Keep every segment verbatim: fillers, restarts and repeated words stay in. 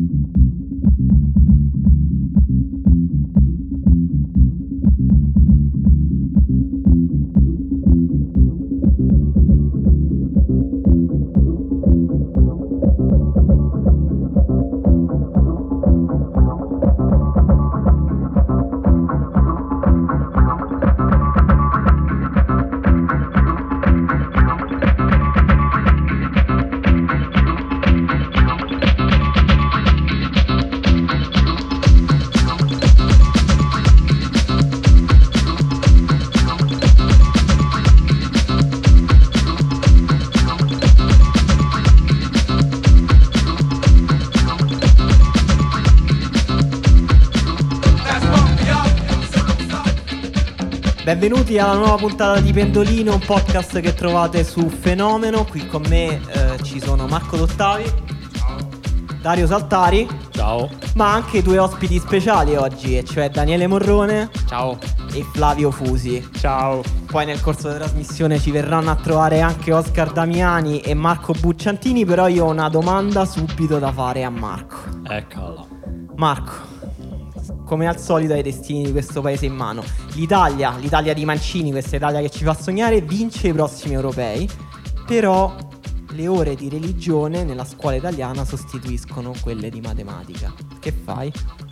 Benvenuti alla nuova puntata di Pendolino, un podcast che trovate su Fenomeno. Qui con me eh, ci sono Marco Dottavi. Ciao. Dario Saltari. Ciao. Ma anche due ospiti speciali oggi, e cioè Daniele Morrone. Ciao. E Flavio Fusi. Ciao. Poi nel corso della trasmissione ci verranno a trovare anche Oscar Damiani e Marco Bucciantini. Però io ho una domanda subito da fare a Marco. Eccola. Marco, come al solito hai i destini di questo paese in mano. L'Italia, l'Italia di Mancini, questa Italia che ci fa sognare, vince i prossimi europei. Però le ore di religione nella scuola italiana sostituiscono quelle di matematica. Che fai?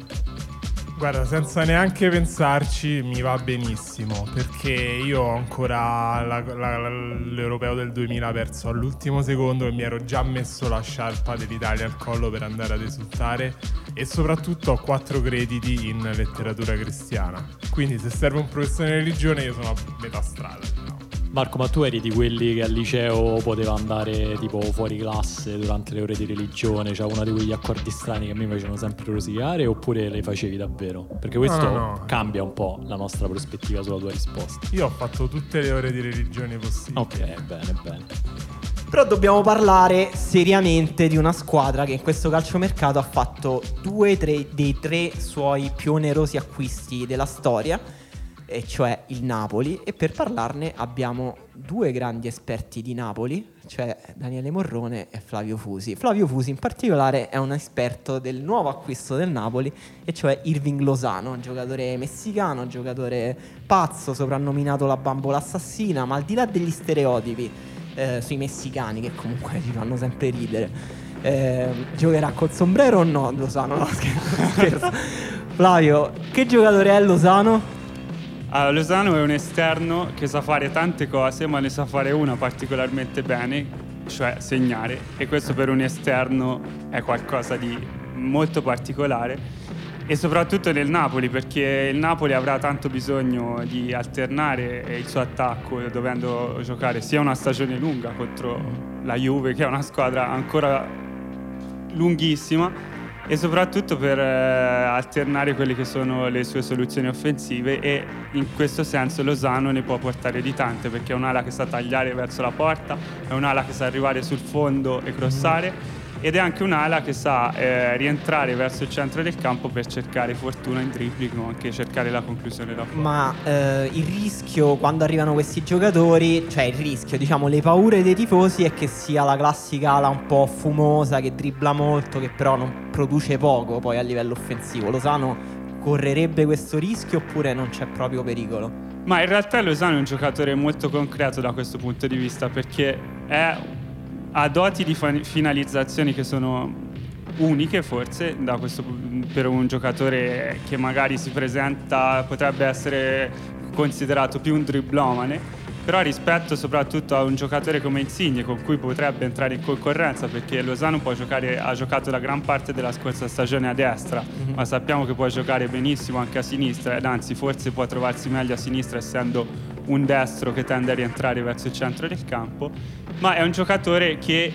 Guarda, senza neanche pensarci mi va benissimo, perché io ho ancora la, la, la, l'europeo del duemila perso all'ultimo secondo e mi ero già messo la sciarpa dell'Italia al collo per andare ad esultare, e soprattutto ho quattro crediti in letteratura cristiana, quindi se serve un professore di religione io sono a metà strada, diciamo. Marco, ma tu eri di quelli che al liceo poteva andare tipo fuori classe durante le ore di religione, cioè uno di quegli accordi strani che a me mi facevano sempre rosicare, oppure le facevi davvero? Perché questo no, no, no. cambia un po' la nostra prospettiva sulla tua risposta. Io ho fatto tutte le ore di religione possibili. Ok, bene, bene. Però dobbiamo parlare seriamente di una squadra che in questo calciomercato ha fatto due tre, dei tre suoi più onerosi acquisti della storia, e cioè il Napoli. E per parlarne abbiamo due grandi esperti di Napoli, cioè Daniele Morrone e Flavio Fusi. Flavio Fusi in particolare è un esperto del nuovo acquisto del Napoli, e cioè Irving Lozano, un giocatore messicano, un giocatore pazzo, soprannominato la bambola assassina. Ma al di là degli stereotipi eh, sui messicani, che comunque ci fanno sempre ridere, eh, giocherà col sombrero o no Lozano? No, scherzo. Flavio, che giocatore è Lozano? Allora, Lozano è un esterno che sa fare tante cose, ma ne sa fare una particolarmente bene, cioè segnare, e questo per un esterno è qualcosa di molto particolare, e soprattutto nel Napoli, perché il Napoli avrà tanto bisogno di alternare il suo attacco, dovendo giocare sia una stagione lunga contro la Juve, che è una squadra ancora lunghissima, e soprattutto per eh, alternare quelle che sono le sue soluzioni offensive, e in questo senso Lozano ne può portare di tante, perché è un'ala che sa tagliare verso la porta, è un'ala che sa arrivare sul fondo e crossare, ed è anche un'ala che sa eh, rientrare verso il centro del campo per cercare fortuna in dribbling o anche cercare la conclusione da fuori. Ma eh, il rischio quando arrivano questi giocatori, cioè il rischio, diciamo, le paure dei tifosi è che sia la classica ala un po' fumosa, che dribbla molto, che però non produce poco poi a livello offensivo. Lozano correrebbe questo rischio oppure non c'è proprio pericolo? Ma in realtà Lozano è un giocatore molto concreto da questo punto di vista, perché è ha doti di fa- finalizzazioni che sono uniche forse da questo, per un giocatore che magari si presenta, potrebbe essere considerato più un dribblomane, però rispetto soprattutto a un giocatore come Insigne, con cui potrebbe entrare in concorrenza, perché Lozano può giocare, ha giocato la gran parte della scorsa stagione a destra, mm-hmm. ma sappiamo che può giocare benissimo anche a sinistra, ed anzi forse può trovarsi meglio a sinistra, essendo un destro che tende a rientrare verso il centro del campo. Ma è un giocatore che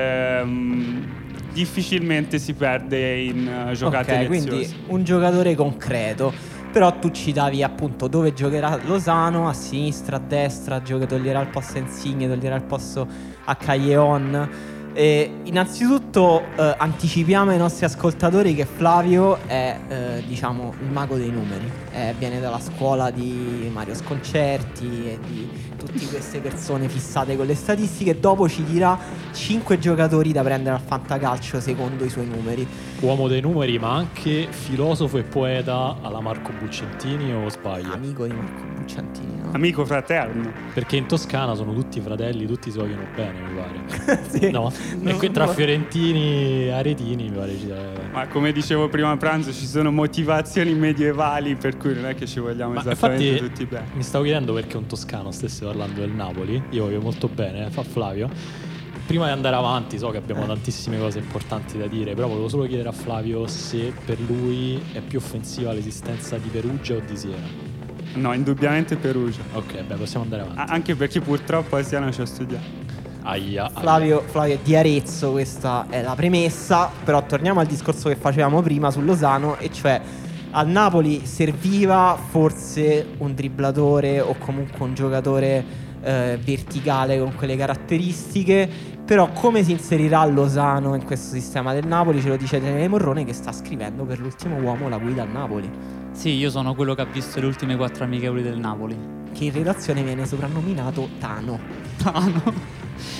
ehm, difficilmente si perde in uh, giocate okay, leziose. Quindi un giocatore concreto. Però tu citavi appunto dove giocherà Lozano, a sinistra, a destra, gioca, toglierà il posto a Insigne, toglierà il posto a Callejon. E innanzitutto eh, anticipiamo ai nostri ascoltatori che Flavio è eh, diciamo il mago dei numeri, eh, viene dalla scuola di Mario Sconcerti e di tutte queste persone fissate con le statistiche. Dopo ci dirà cinque giocatori da prendere al fantacalcio secondo i suoi numeri. Uomo dei numeri, ma anche filosofo e poeta alla Marco Buccentini, o sbaglio? Amico di Marco Buccentini, no? Amico fraterno. Perché in Toscana sono tutti fratelli, tutti si vogliono bene, mi pare. Sì. No, No, e qui tra no. fiorentini e aretini mi pare ci sia- Ma come dicevo prima a pranzo, ci sono motivazioni medievali per cui non è che ci vogliamo Ma esattamente infatti tutti bene. mi stavo chiedendo perché un toscano stesse parlando del Napoli. Io voglio molto bene, fa Flavio. Prima di andare avanti, so che abbiamo tantissime cose importanti da dire, però volevo solo chiedere a Flavio se per lui è più offensiva l'esistenza di Perugia o di Siena. No, indubbiamente Perugia. Ok, beh, possiamo andare avanti. A- anche perché purtroppo a Siena ci ho studiato. Aia, aia. Flavio, Flavio è di Arezzo, questa è la premessa. Però torniamo al discorso che facevamo prima su Lozano, e cioè al Napoli serviva forse un dribblatore o comunque un giocatore eh, verticale con quelle caratteristiche. Però come si inserirà Lozano in questo sistema del Napoli ce lo dice Daniele Morrone, che sta scrivendo per l'ultimo uomo la guida al Napoli, Sì, io sono quello che ha visto le ultime quattro amichevoli del Napoli. che in redazione viene soprannominato Tano. Ah, no?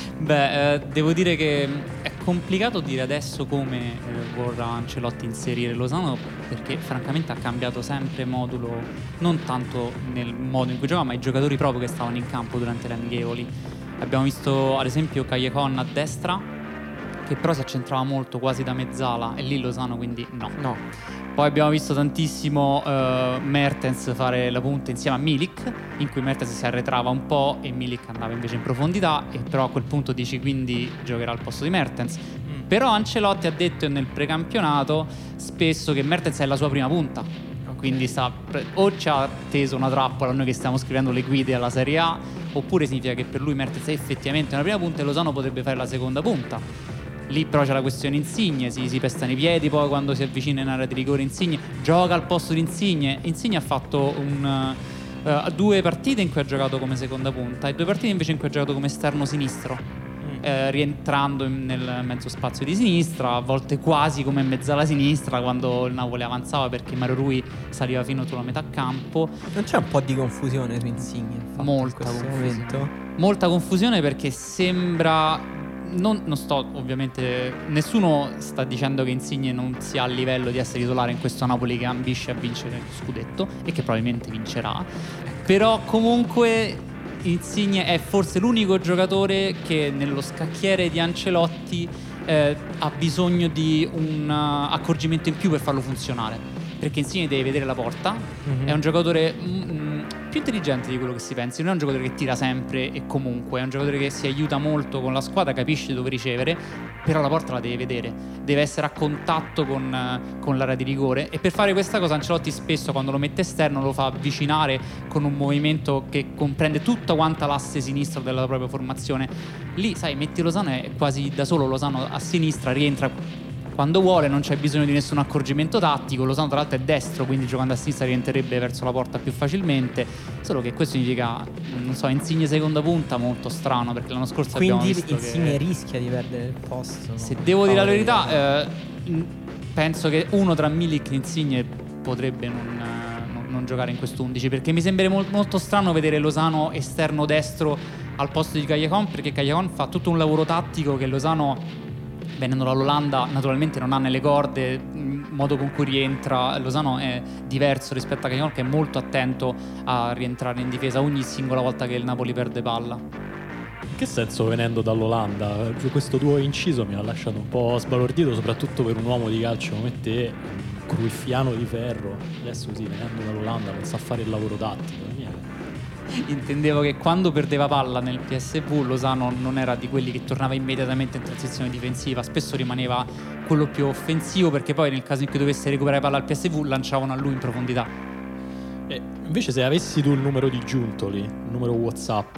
Beh, eh, devo dire che è complicato dire adesso come eh, vorrà Ancelotti inserire Lozano, perché francamente ha cambiato sempre modulo, non tanto nel modo in cui giocava, ma i giocatori proprio che stavano in campo durante le amichevoli. Abbiamo visto ad esempio Callejon a destra, che però si accentrava molto, quasi da mezzala, e lì Lozano quindi no. No, Poi abbiamo visto tantissimo eh, Mertens fare la punta insieme a Milik, in cui Mertens si arretrava un po' e Milik andava invece in profondità, e però a quel punto dici quindi giocherà al posto di Mertens. Mm. Però Ancelotti ha detto nel precampionato spesso che Mertens è la sua prima punta, quindi sta, o ci ha teso una trappola a noi che stiamo scrivendo le guide alla Serie A, oppure significa che per lui Mertens è effettivamente una prima punta e Lozano potrebbe fare la seconda punta. Lì però c'è la questione Insigne, si, si pestano i piedi poi quando si avvicina in area di rigore. Insigne gioca al posto di Insigne. Insigne ha fatto un, uh, due partite in cui ha giocato come seconda punta e due partite invece in cui ha giocato come esterno sinistro, mm. eh, rientrando in, nel mezzo spazio di sinistra, a volte quasi come mezzala sinistra quando il Napoli avanzava, perché Mario Rui saliva fino sulla metà campo. non c'è un po' di confusione su Insigne, infatti, Molta in questo confusione. momento? Molta confusione perché sembra... Non, non sto ovviamente, nessuno sta dicendo che Insigne non sia a livello di essere titolare in questo Napoli che ambisce a vincere il scudetto e che probabilmente vincerà. Però comunque Insigne è forse l'unico giocatore che nello scacchiere di Ancelotti eh, ha bisogno di un uh, accorgimento in più per farlo funzionare, perché Insigne deve vedere la porta. Mhm. È un giocatore mm, più intelligente di quello che si pensi, non è un giocatore che tira sempre e comunque, è un giocatore che si aiuta molto con la squadra, capisce dove ricevere, però la porta la deve vedere, deve essere a contatto con, eh, con l'area di rigore, e per fare questa cosa Ancelotti spesso quando lo mette esterno lo fa avvicinare con un movimento che comprende tutta quanta l'asse sinistro della propria formazione. Lì sai, metti Lozano è quasi da solo, Lozano a sinistra rientra quando vuole, non c'è bisogno di nessun accorgimento tattico. Lozano tra l'altro è destro, quindi giocando a sinistra rientrerebbe verso la porta più facilmente, solo che questo significa, non so, Insigne seconda punta, molto strano, perché l'anno scorso abbiamo Quindi visto Insigne che... rischia di perdere il posto, no? Se devo dire la Paolo, verità, eh, mh, penso che uno tra Milik e Insigne potrebbe non, eh, non- non giocare in questo undici, perché mi sembra mol- molto strano vedere Lozano esterno destro al posto di Callejon, perché Callejon fa tutto un lavoro tattico che Lozano, venendo dall'Olanda, naturalmente non ha nelle corde. Il modo con cui rientra Lozano è diverso rispetto a Callejon, che è molto attento a rientrare in difesa ogni singola volta che il Napoli perde palla. In che senso venendo dall'Olanda? Questo tuo inciso mi ha lasciato un po' sbalordito, soprattutto per un uomo di calcio come te, un cruyffiano di ferro. Adesso sì, venendo dall'Olanda non sa fare il lavoro tattico. Intendevo che quando perdeva palla nel P S V Lozano non era di quelli che tornava immediatamente in transizione difensiva, spesso rimaneva quello più offensivo, perché poi nel caso in cui dovesse recuperare palla al P S V lanciavano a lui in profondità. E invece se avessi tu il numero di Giuntoli, il numero WhatsApp,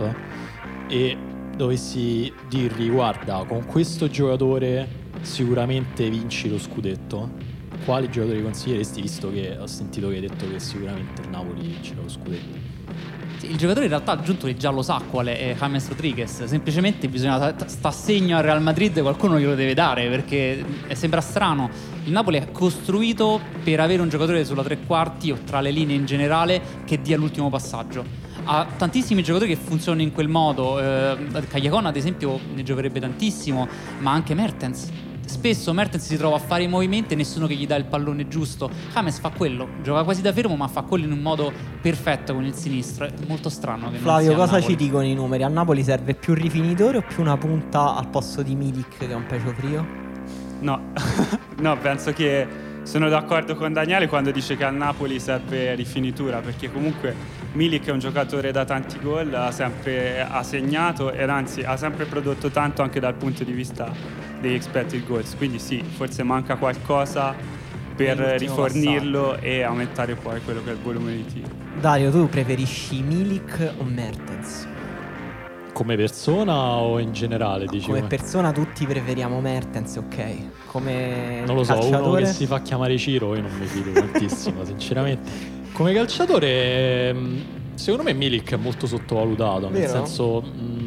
e dovessi dirgli guarda, con questo giocatore sicuramente vinci lo scudetto, quali giocatori consiglieresti, visto che ho sentito che hai detto che sicuramente il Napoli vincerà lo scudetto? Il giocatore in realtà aggiunto già lo sa qual è James Rodriguez, semplicemente bisogna t- sta segno al Real Madrid, qualcuno glielo deve dare, perché sembra strano. Il Napoli è costruito per avere un giocatore sulla tre quarti o tra le linee in generale che dia l'ultimo passaggio. Ha tantissimi giocatori che funzionano in quel modo, eh, Callejon ad esempio ne gioverebbe tantissimo, ma anche Mertens. Spesso Mertens si trova a fare i movimenti e nessuno che gli dà il pallone giusto. James fa quello, gioca quasi da fermo, ma fa quello in un modo perfetto con il sinistro. È molto strano che Flavio, non sia cosa Napoli. ci dicono i numeri? A Napoli serve più rifinitore o più una punta al posto di Milik, che è un pecio frio? No, no, penso che sono d'accordo con Daniele quando dice che al Napoli serve rifinitura, perché comunque Milik è un giocatore da tanti gol, ha sempre ha segnato e anzi ha sempre prodotto tanto anche dal punto di vista degli expected goals, quindi sì, forse manca qualcosa per Nell'ultimo rifornirlo e aumentare poi quello che è il volume di tiro. Dario, tu preferisci Milik o Mertens? Come persona o in generale, dici? Come persona tutti preferiamo Mertens, ok. Come Non lo so, calciatore? uno che si fa chiamare Ciro io non mi fido tantissimo, sinceramente. Come calciatore, mh, secondo me Milik è molto sottovalutato, nel Vero? senso mh,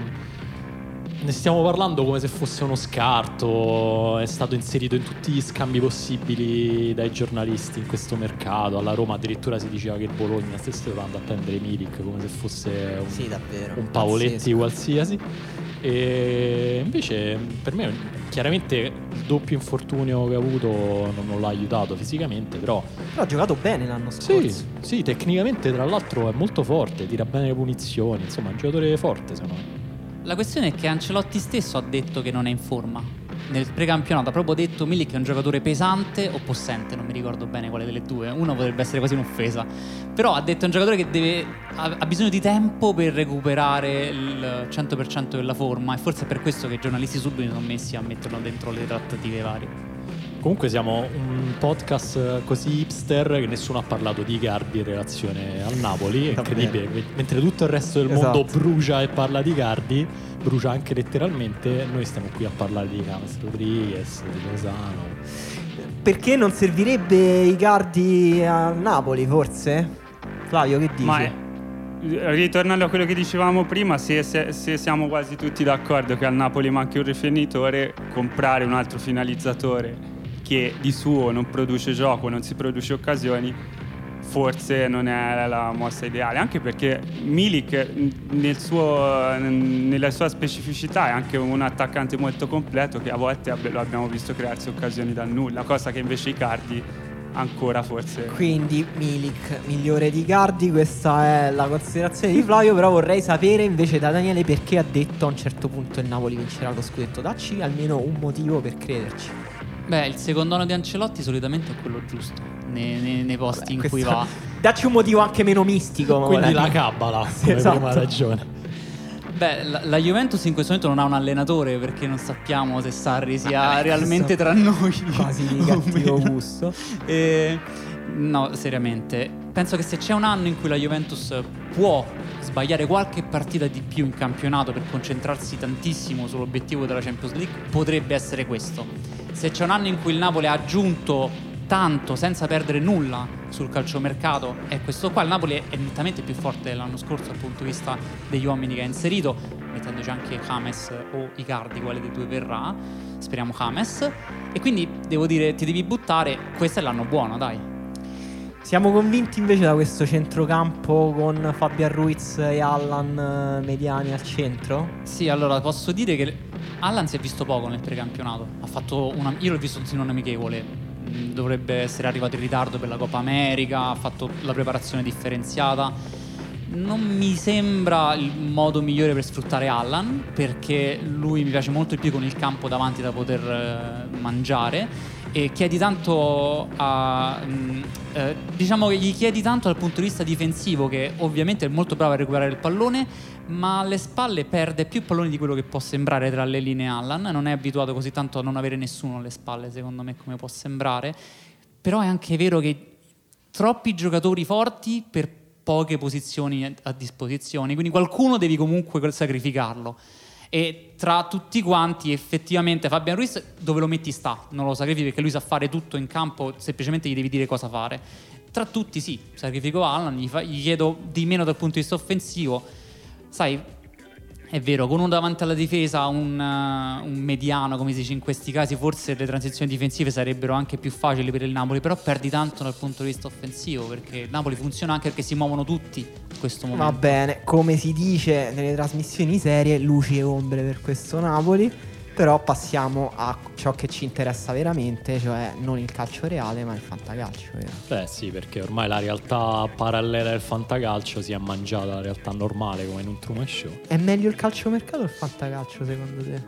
ne stiamo parlando come se fosse uno scarto, è stato inserito in tutti gli scambi possibili dai giornalisti in questo mercato. Alla Roma addirittura si diceva che il Bologna stesse provando a prendere Milik come se fosse un, Sì, davvero. un Pavoletti Pazzesco. qualsiasi. E invece per me chiaramente il doppio infortunio che ha avuto non, non l'ha aiutato fisicamente, però Però ha giocato bene l'anno sì, scorso. sì, tecnicamente tra l'altro è molto forte, tira bene le punizioni, insomma è un giocatore forte secondo me. La questione è che Ancelotti stesso ha detto che non è in forma. Nel precampionato ha proprio detto Milik è un giocatore pesante o possente, non mi ricordo bene quale delle due, uno potrebbe essere quasi un'offesa, però ha detto è un giocatore che deve, ha, ha bisogno di tempo per recuperare il cento per cento della forma, e forse è per questo che i giornalisti subito sono messi a metterlo dentro le trattative varie. Comunque siamo un podcast così hipster che nessuno ha parlato di Icardi in relazione al Napoli, è Davvero. incredibile. Mentre tutto il resto del Esatto. mondo brucia e parla di Icardi, brucia anche letteralmente, noi stiamo qui a parlare di James Rodriguez, di Lozano. Perché non servirebbe Icardi a Napoli, forse? Flavio, che dici? Ma è- ritornando a quello che dicevamo prima, se, se- se siamo quasi tutti d'accordo che al Napoli manchi un rifinitore, comprare un altro finalizzatore che di suo non produce gioco, non si produce occasioni, forse non è la mossa ideale, anche perché Milik nel suo, nella sua specificità è anche un attaccante molto completo che a volte abbi- lo abbiamo visto crearsi occasioni dal nulla, cosa che invece Icardi ancora forse... Quindi Milik migliore di Icardi, questa è la considerazione di Flavio. Però vorrei sapere invece da Daniele perché ha detto a un certo punto il Napoli vincerà lo scudetto. Dacci almeno un motivo per crederci. Beh, il secondo anno di Ancelotti solitamente è quello giusto nei, nei- nei posti Vabbè, in questo- cui va. Dacci un motivo anche meno mistico. Quindi volendo. la cabala, Sì, come esatto. prima ragione. Beh, la, la Juventus in questo momento non ha un allenatore, perché non sappiamo se Sarri sia Vabbè, realmente questo- tra noi Quasi di o cattivo meno. gusto. Eh, no, seriamente, penso che se c'è un anno in cui la Juventus può sbagliare qualche partita di più in campionato per concentrarsi tantissimo sull'obiettivo della Champions League, potrebbe essere questo. Se c'è un anno in cui il Napoli ha aggiunto tanto senza perdere nulla sul calciomercato, è questo qua. Il Napoli è nettamente più forte dell'anno scorso dal punto di vista degli uomini che ha inserito, mettendoci anche James o Icardi, quale dei due verrà, speriamo James, e quindi devo dire ti devi buttare, questo è l'anno buono, dai. Siamo convinti invece da questo centrocampo con Fabian Ruiz e Allan eh, mediani al centro? Sì, allora posso dire che Allan si è visto poco nel precampionato. Ha fatto una, io l'ho visto in un amichevole. Mm, Dovrebbe essere arrivato in ritardo per la Coppa America. Ha fatto la preparazione differenziata. Non mi sembra il modo migliore per sfruttare Allan, perché lui mi piace molto di più con il campo davanti da poter eh, mangiare. E chiedi tanto a mh, eh, diciamo che gli chiedi tanto dal punto di vista difensivo, che ovviamente è molto bravo a recuperare il pallone, ma alle spalle perde più palloni di quello che può sembrare tra le linee. Allan non è abituato così tanto a non avere nessuno alle spalle, secondo me, come può sembrare. Però è anche vero che troppi giocatori forti per poche posizioni a- a disposizione, quindi qualcuno devi comunque sacrificarlo. E tra tutti quanti effettivamente Fabian Ruiz dove lo metti sta, non lo sacrifichi perché lui sa fare tutto in campo, semplicemente gli devi dire cosa fare. tra tutti sì, sacrifico Haaland, gli, fa, gli chiedo di meno dal punto di vista offensivo. Sai, è vero, con uno davanti alla difesa, un, uh, un mediano, come si dice in questi casi, forse le transizioni difensive sarebbero anche più facili per il Napoli, però perdi tanto dal punto di vista offensivo, perché il Napoli funziona anche perché si muovono tutti in questo momento. Va bene, come si dice nelle trasmissioni serie, luci e ombre per questo Napoli. Però passiamo a ciò che ci interessa veramente, cioè non il calcio reale ma il fantacalcio, vero? Beh sì, perché ormai la realtà parallela del fantacalcio si è mangiata la realtà normale come in un Truman Show. È meglio il calciomercato o il fantacalcio secondo te?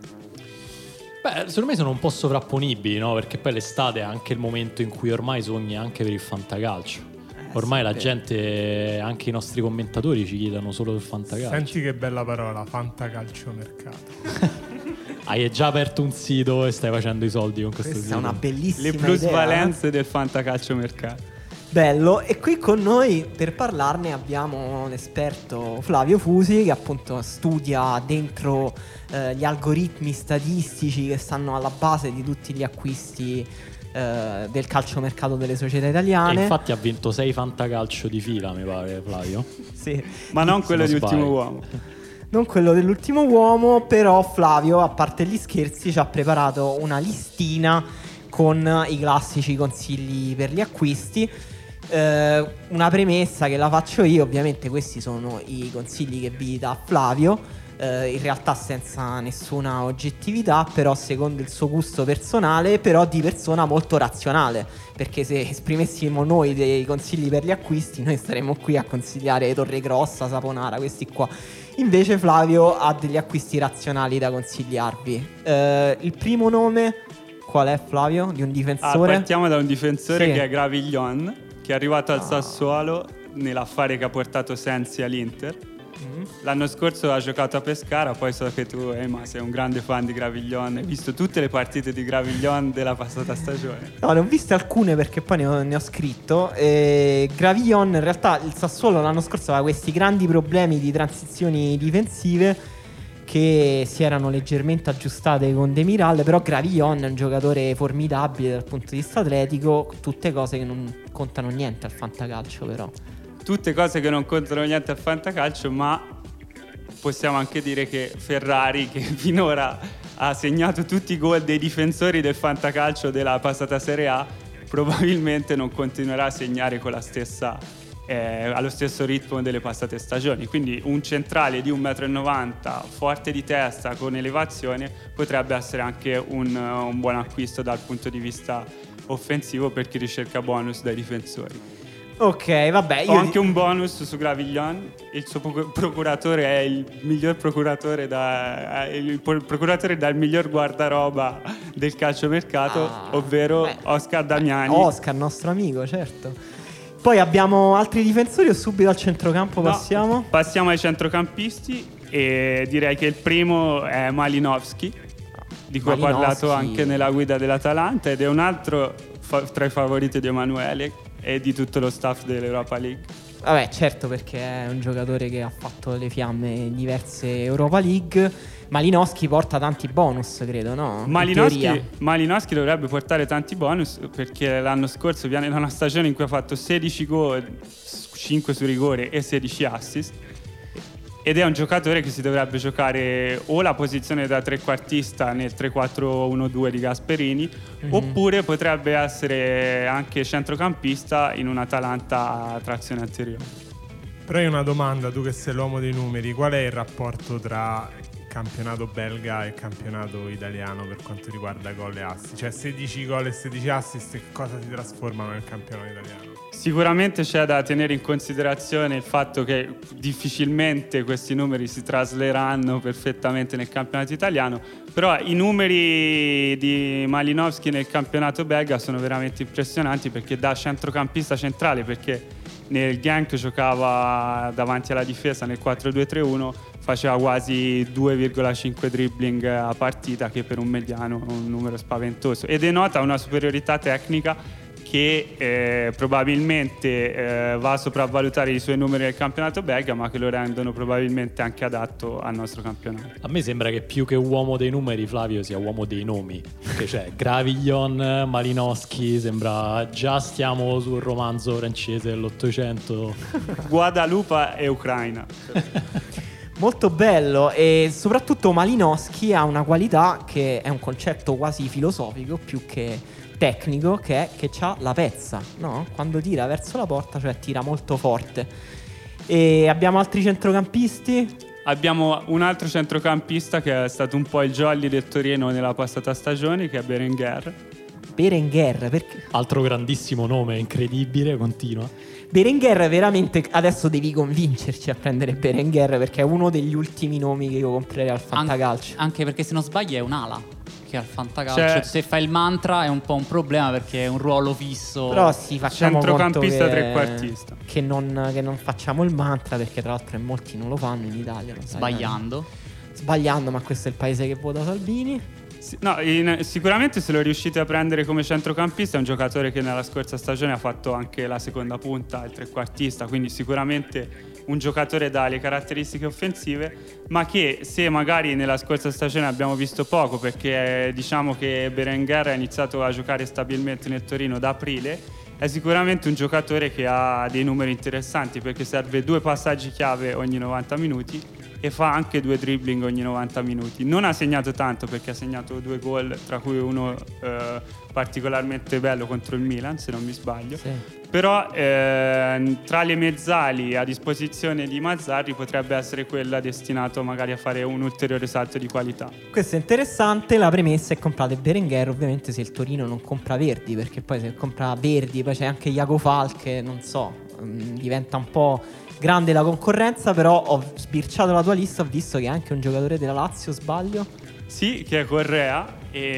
Beh, secondo me sono un po' sovrapponibili, no? Perché poi l'estate è anche il momento in cui ormai sogni anche per il fantacalcio. Ormai sì, la vero. gente, anche i nostri commentatori ci chiedono solo del fantacalcio. Senti che bella parola, fantacalciomercato. Hai già aperto un sito e stai facendo i soldi con questo Questa sito. è una bellissima Le idea. plusvalenze del fantacalciomercato. Bello, e qui con noi per parlarne abbiamo l'esperto Flavio Fusi, che appunto studia dentro eh, gli algoritmi statistici che stanno alla base di tutti gli acquisti eh, del calciomercato delle società E italiane. infatti ha vinto sei fantacalcio di fila, mi pare, Flavio. Sì. Ma non quello non di Ultimo sbaglio. Uomo. Non quello dell'ultimo uomo, però Flavio, a parte gli scherzi, ci ha preparato una listina con i classici consigli per gli acquisti. Eh, una premessa che la faccio io, ovviamente questi sono i consigli che vi dà Flavio, eh, in realtà senza nessuna oggettività, però secondo il suo gusto personale, però di persona molto razionale, perché se esprimessimo noi dei consigli per gli acquisti noi staremmo qui a consigliare Torregrossa, Saponara, questi qua. Invece Flavio ha degli acquisti razionali da consigliarvi. Eh, il primo nome qual è, Flavio? Di un Ah, difensore? partiamo da un difensore Sì. che è Graviglion, che è arrivato al Ah. Sassuolo nell'affare che ha portato Sensi all'Inter. Mm. L'anno scorso ha giocato a Pescara, poi so che tu, Ema, sei un grande fan di Graviglion. Hai visto tutte le partite di Graviglion della passata stagione. No, ne ho viste alcune perché poi ne ho, ne ho scritto. E Gravillon, in realtà il Sassuolo l'anno scorso aveva questi grandi problemi di transizioni difensive che si erano leggermente aggiustate con Demiral, però Gravillon è un giocatore formidabile dal punto di vista atletico, tutte cose che non contano niente al fantacalcio però. Tutte cose che non contano niente al fantacalcio, ma possiamo anche dire che Ferrari, che finora ha segnato tutti i gol dei difensori del fantacalcio della passata Serie A, probabilmente non continuerà a segnare con la stessa, eh, allo stesso ritmo delle passate stagioni. Quindi un centrale di uno e novanta m, forte di testa, con elevazione, potrebbe essere anche un, un buon acquisto dal punto di vista offensivo per chi ricerca bonus dai difensori. Ok, vabbè, Ho io anche un bonus su Graviglion. Il suo proc- procuratore è il miglior procuratore da, è il pro- procuratore dal miglior guardaroba del calciomercato, Ah, ovvero beh, Oscar Damiani. Oscar, nostro amico, certo. Poi abbiamo altri difensori o subito al centrocampo No, passiamo? Passiamo ai centrocampisti e direi che il primo è Malinowski, di cui ho Malinowski. parlato anche nella guida dell'Atalanta, ed è un altro fa- tra i favoriti di Emanuele e di tutto lo staff dell'Europa League. Vabbè, certo, perché è un giocatore che ha fatto le fiamme in diverse Europa League. Malinowski porta tanti bonus, credo, no? In Malinowski, teoria. Malinowski dovrebbe portare tanti bonus, perché l'anno scorso viene da una stagione in cui ha fatto sedici gol, cinque su rigore e sedici assist, ed è un giocatore che si dovrebbe giocare o la posizione da trequartista nel tre quattro uno due di Gasperini, Mhm. oppure potrebbe essere anche centrocampista in un Atalanta a trazione anteriore. Però io ho una domanda, tu che sei l'uomo dei numeri, qual è il rapporto tra campionato belga e campionato italiano per quanto riguarda gol e assist? Cioè sedici gol e sedici assist, che cosa si trasformano nel campionato italiano? Sicuramente c'è da tenere in considerazione il fatto che difficilmente questi numeri si trasleranno perfettamente nel campionato italiano, però i numeri di Malinowski nel campionato belga sono veramente impressionanti, perché da centrocampista centrale, perché nel Genk giocava davanti alla difesa nel quattro due tre uno, faceva quasi due virgola cinque dribbling a partita, che per un mediano è un numero spaventoso, e denota una superiorità tecnica che eh, probabilmente eh, va a sopravvalutare i suoi numeri nel campionato belga, ma che lo rendono probabilmente anche adatto al nostro campionato. A me sembra che più che uomo dei numeri Flavio sia uomo dei nomi, perché c'è Gravillon, Malinowski, sembra già stiamo sul romanzo francese dell'Ottocento. Guadalupe e Ucraina. Molto bello, e soprattutto Malinowski ha una qualità che è un concetto quasi filosofico più che tecnico, che è che c'ha la pezza, no? Quando tira verso la porta, cioè tira molto forte. E abbiamo altri centrocampisti? Abbiamo un altro centrocampista che è stato un po' il jolly del Torino nella passata stagione, che è Berenguer. Berenguer, perché? Altro grandissimo nome, incredibile, continua. Berenguer veramente, adesso devi convincerci a prendere Berenguer, perché è uno degli ultimi nomi che io comprerei al Fantacalcio. An- anche perché se non sbaglio è un'ala, che al Fantacalcio Cioè, se fai il mantra è un po' un problema, perché è un ruolo fisso. Però sì, facciamo conto Centrocampista che, trequartista. che, non, che non facciamo il mantra, perché tra l'altro in molti non lo fanno in Italia, lo sai, Sbagliando. eh. Sbagliando, ma questo è il paese che vota Salvini. Sì, no, in- sicuramente se lo riuscite a prendere come centrocampista è un giocatore che nella scorsa stagione ha fatto anche la seconda punta, il trequartista, quindi sicuramente un giocatore dalle caratteristiche offensive, ma che se magari nella scorsa stagione abbiamo visto poco, perché eh, diciamo che Berenguer ha iniziato a giocare stabilmente nel Torino da aprile, è sicuramente un giocatore che ha dei numeri interessanti, perché serve due passaggi chiave ogni novanta minuti e fa anche due dribbling ogni novanta minuti. Non ha segnato tanto, perché ha segnato due gol, tra cui uno eh, particolarmente bello contro il Milan, se non mi sbaglio. Sì. Però eh, tra le mezzali a disposizione di Mazzarri potrebbe essere quella destinato magari a fare un ulteriore salto di qualità. Questo è interessante. La premessa è: comprate Berenguer ovviamente se il Torino non compra Verdi, perché poi se compra Verdi poi c'è anche Iago Falche, non so, mh, diventa un po' grande la concorrenza. Però ho sbirciato la tua lista, ho visto che è anche un giocatore della Lazio, sbaglio? Sì, che è Correa,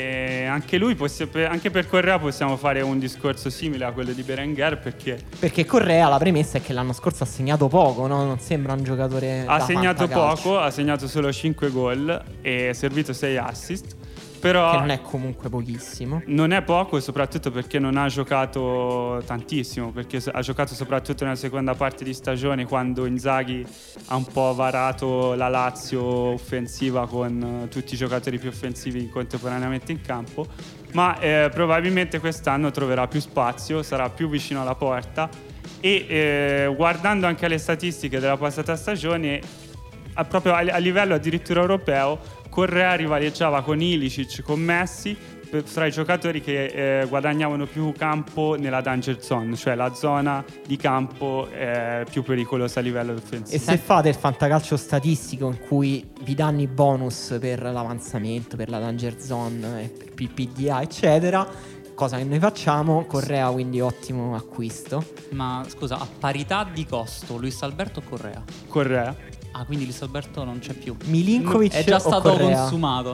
e anche lui possi- anche per Correa possiamo fare un discorso simile a quello di Berenguer, perché Perché Correa, la premessa è che l'anno scorso ha segnato poco, no? Non sembra un giocatore ha da segnato fantacalcio, poco, ha segnato solo cinque gol e ha servito sei assist, però che non è comunque pochissimo. non è poco, e soprattutto perché non ha giocato tantissimo, perché ha giocato soprattutto nella seconda parte di stagione, quando Inzaghi ha un po' varato la Lazio offensiva con tutti i giocatori più offensivi contemporaneamente in campo, ma eh, probabilmente quest'anno troverà più spazio, sarà più vicino alla porta, e eh, guardando anche alle statistiche della passata stagione, a, proprio a, a livello addirittura europeo, Correa rivaleggiava con Ilicic, con Messi, per, fra i giocatori che eh, guadagnavano più campo nella danger zone, cioè la zona di campo eh, più pericolosa a livello offensivo. E se fate il fantacalcio statistico in cui vi danno i bonus per l'avanzamento, per la danger zone, per il P D A eccetera, cosa che noi facciamo, Correa quindi ottimo acquisto. Ma scusa, a parità di costo, Luis Alberto o Correa? Correa. Ah, quindi Luis Alberto non c'è più. Milinkovic È già o stato Correa? consumato.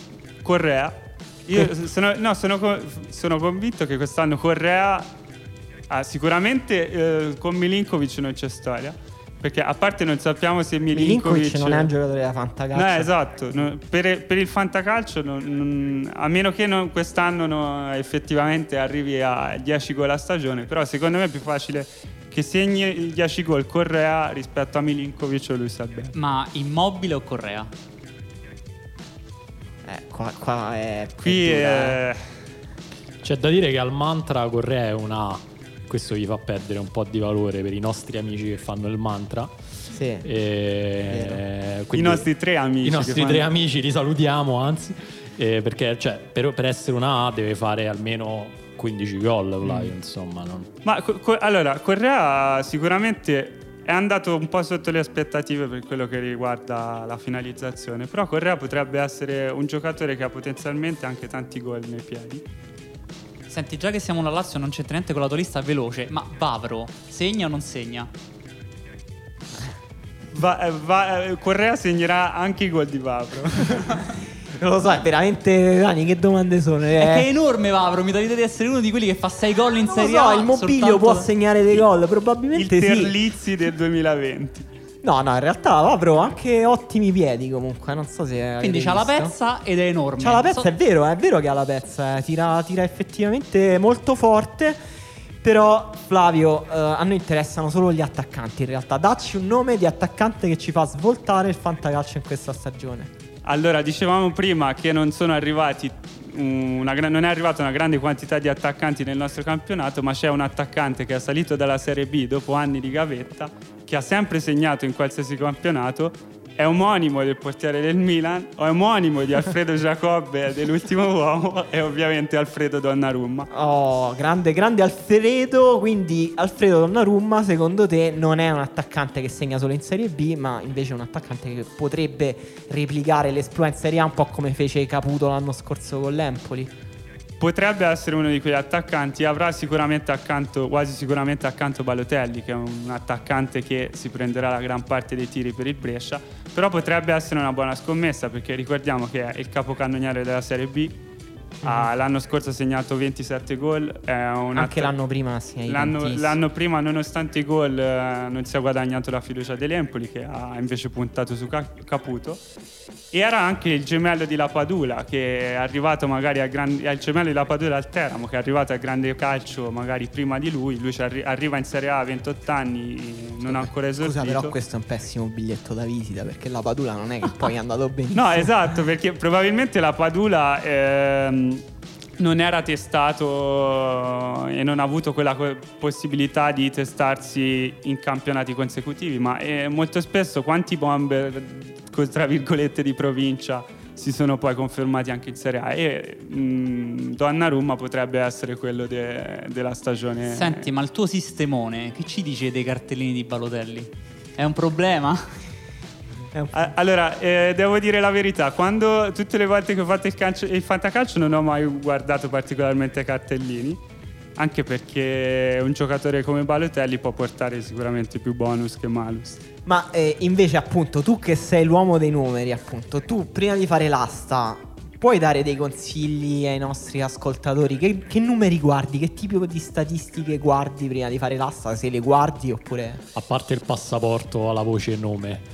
Correa. Io sono, no, sono, co- sono convinto che quest'anno Correa ah, sicuramente eh, con Milinkovic non c'è storia, perché a parte non sappiamo se Milinkovic, Milinkovic non è un giocatore da fantacalcio. No, esatto. No, per, per il fantacalcio non, non, a meno che non, quest'anno no, effettivamente arrivi a dieci gol a stagione, però secondo me è più facile che segni dieci gol Correa rispetto a Milinkovic o Luis Alberto. Ma Immobile o Correa? Eh, qua, qua è Qui è dura, è... C'è da dire che al mantra Correa è una A. Questo vi fa perdere un po' di valore per i nostri amici che fanno il mantra. Sì. E I quindi nostri tre amici. I nostri che tre fanno- amici li salutiamo, anzi. Eh, perché cioè, per, per essere una A deve fare almeno quindici gol, Flavio, insomma. Non... Ma co- co- allora, Correa sicuramente è andato un po' sotto le aspettative per quello che riguarda la finalizzazione, però Correa potrebbe essere un giocatore che ha potenzialmente anche tanti gol nei piedi. Senti, già che siamo una Lazio non c'entra niente con la tua lista veloce, ma Vavro segna o non segna? Va- eh, va- eh, Correa segnerà anche i gol di Vavro. Non lo so, è veramente, Dani, che domande sono? È Eh, che è enorme Vavro, mi dà l'idea di essere uno di quelli che fa sei gol in non lo Serie so, A. il Mobilio soltanto- può segnare dei gol, Il probabilmente sì. Terlizzi del duemilaventi. No, no, in realtà Vavro ha anche ottimi piedi comunque, non so se Quindi avete c'ha la visto. pezza ed è enorme. C'ha la pezza, So- è vero, è vero che ha la pezza, eh, tira, tira effettivamente molto forte. Però Flavio, eh, a noi interessano solo gli attaccanti in realtà. Dacci un nome di attaccante che ci fa svoltare il fantacalcio in questa stagione. Allora, dicevamo prima che non sono arrivati una, non è arrivata una grande quantità di attaccanti nel nostro campionato, ma c'è un attaccante che è salito dalla Serie B dopo anni di gavetta, che ha sempre segnato in qualsiasi campionato. È omonimo del portiere del Milan, è omonimo di Alfredo Giacobbe dell'Ultimo Uomo e ovviamente Alfredo Donnarumma. Oh, grande, grande Alfredo. Quindi Alfredo Donnarumma, secondo te, non è un attaccante che segna solo in Serie B, ma invece è un attaccante che potrebbe replicare l'esploit in Serie A, un po' come fece Caputo l'anno scorso con l'Empoli? Potrebbe essere uno di quegli attaccanti. Avrà sicuramente accanto, quasi sicuramente accanto Balotelli, che è un attaccante che si prenderà la gran parte dei tiri per il Brescia. Però potrebbe essere una buona scommessa, perché ricordiamo che è il capocannoniere della Serie B. Ah, l'anno scorso ha segnato ventisette gol. È un Anche att- l'anno prima sì, l'anno, l'anno prima, nonostante i gol, eh, non si è guadagnato la fiducia dell'Empoli, che ha invece puntato su Ca- Caputo. E era anche il gemello di Lapadula, che è arrivato magari al grande, è il gemello di Lapadula al Teramo, che è arrivato al grande calcio magari prima di lui. Lui arri- arriva in Serie A a ventotto anni, non ha ancora esordito. Scusa, però questo è un pessimo biglietto da visita, perché la Padula non è che poi è andato benissimo. No, esatto, perché probabilmente la Padula ehm, non era testato e non ha avuto quella co- possibilità di testarsi in campionati consecutivi, ma eh, molto spesso quanti bomber, tra virgolette, di provincia si sono poi confermati anche in Serie A, e mh, Donnarumma potrebbe essere quello de- della stagione. Senti, ma il tuo sistemone, che ci dice dei cartellini di Balotelli? È un problema? Allora, eh, devo dire la verità, quando tutte le volte che ho fatto il, calcio, il fantacalcio non ho mai guardato particolarmente cartellini, anche perché un giocatore come Balotelli può portare sicuramente più bonus che malus. Ma eh, invece appunto tu che sei l'uomo dei numeri, appunto, tu prima di fare l'asta puoi dare dei consigli ai nostri ascoltatori? Che, che numeri guardi? Che tipo di statistiche guardi prima di fare l'asta? Se le guardi oppure... A parte il passaporto alla voce e nome.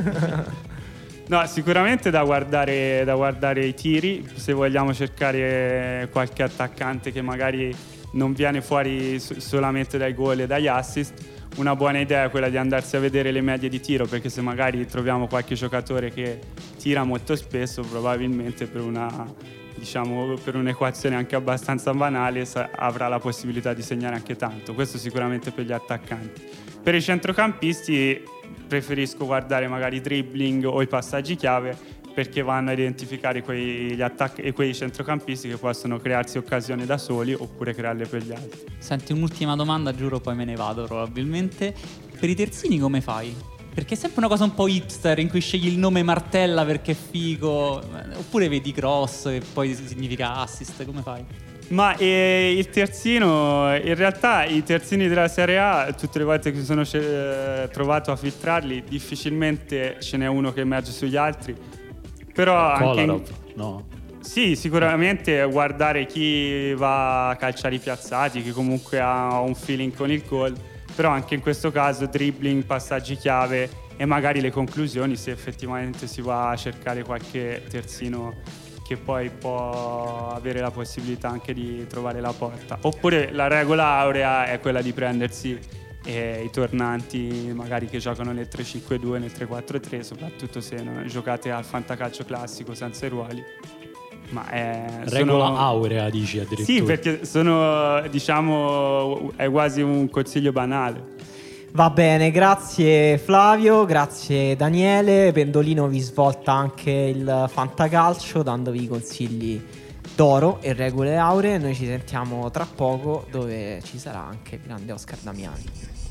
No, sicuramente da guardare, da guardare i tiri, se vogliamo cercare qualche attaccante che magari non viene fuori solamente dai gol e dagli assist. Una buona idea è quella di andarsi a vedere le medie di tiro, perché se magari troviamo qualche giocatore che tira molto spesso, probabilmente per una, diciamo, per un'equazione anche abbastanza banale sa- avrà la possibilità di segnare anche tanto. Questo sicuramente per gli attaccanti. Per i centrocampisti preferisco guardare magari i dribbling o i passaggi chiave, perché vanno a identificare quei, gli attac- e quei centrocampisti che possono crearsi occasioni da soli oppure crearle per gli altri. Senti, un'ultima domanda, giuro, poi me ne vado probabilmente. Per i terzini come fai? Perché è sempre una cosa un po' hipster in cui scegli il nome Martella perché è figo, oppure vedi cross e poi significa assist, come fai? Ma eh, il terzino, in realtà i terzini della Serie A, tutte le volte che mi sono eh, trovato a filtrarli, difficilmente ce n'è uno che emerge sugli altri. Però anche in... no. Sì, sicuramente guardare chi va a calciare i piazzati, che comunque ha un feeling con il gol, però anche in questo caso dribbling, passaggi chiave e magari le conclusioni, se effettivamente si va a cercare qualche terzino che poi può avere la possibilità anche di trovare la porta. Oppure la regola aurea è quella di prendersi eh, i tornanti magari che giocano nel tre cinque due, nel tre quattro tre, soprattutto se non giocate al fantacalcio classico senza i ruoli. Ma è, regola sono... aurea, dici addirittura? Sì, perché sono, diciamo, è quasi un consiglio banale. Va bene, grazie Flavio, grazie Daniele. Pendolino vi svolta anche il fantacalcio dandovi consigli d'oro e regole auree. Noi ci sentiamo tra poco, dove ci sarà anche il grande Oscar Damiani.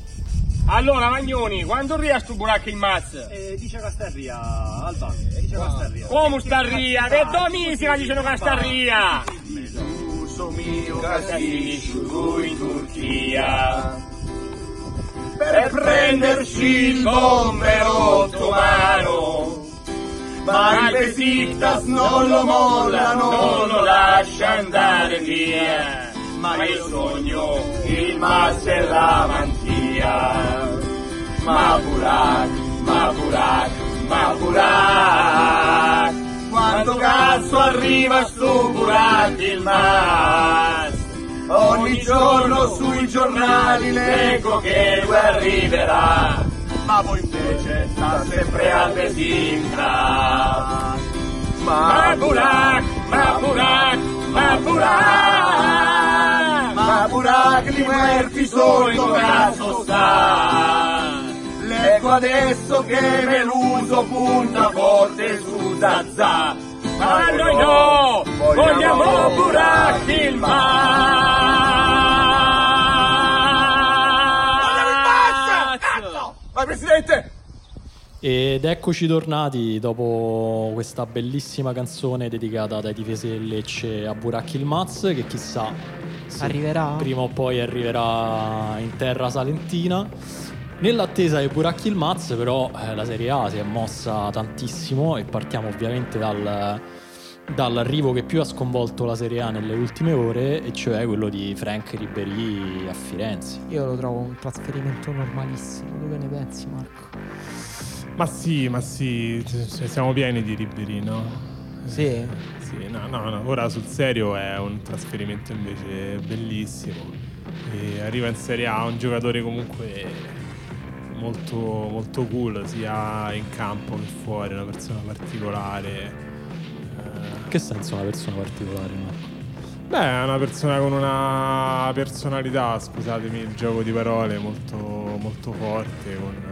Allora Magnoni, quando riesci a buracca il mazzo? Eh, dice Castarria, Alba, eh, dice Castarria. Come Starria? Che dominica dicono Castarria! Meduso mio casini su in Turchia per prenderci il bombero ottomano, ma il Besiktas non lo molla, non lo lascia andare via. Ma io sogno il master la mantia. Ma Burak, ma Burak, ma Burak, quando cazzo arriva sto Burak il mas? Ogni giorno sui giornali leggo che lui arriverà, ma voi invece sta sempre a Besinca. Ma Burak, ma Burak, ma Burak, ma Burak di muerti solo in cazzo sta. Leggo adesso che Meluso punta forte su Zazà, ma noi no, vogliamo Burak il mazzo. Vai Presidente! Ed eccoci tornati dopo questa bellissima canzone dedicata dai tifosi del Lecce a Burak Yilmaz, che chissà se Arriverà? prima o poi arriverà in terra salentina. Nell'attesa di Burak Yilmaz però eh, la Serie A si è mossa tantissimo e partiamo ovviamente dal, dall'arrivo che più ha sconvolto la Serie A nelle ultime ore, e cioè quello di Frank Ribéry a Firenze. Io lo trovo un trasferimento normalissimo. Tu che ne pensi, Marco? Ma sì, ma sì, cioè, siamo pieni di Ribéry, no? Sì. Eh, sì, no, no, no, ora sul serio è un trasferimento invece bellissimo. E arriva in Serie A un giocatore comunque molto, molto cool, sia in campo che fuori, una persona particolare. In che senso una persona particolare, Marco? Beh, è una persona con una personalità, scusatemi il gioco di parole, molto, molto forte, con...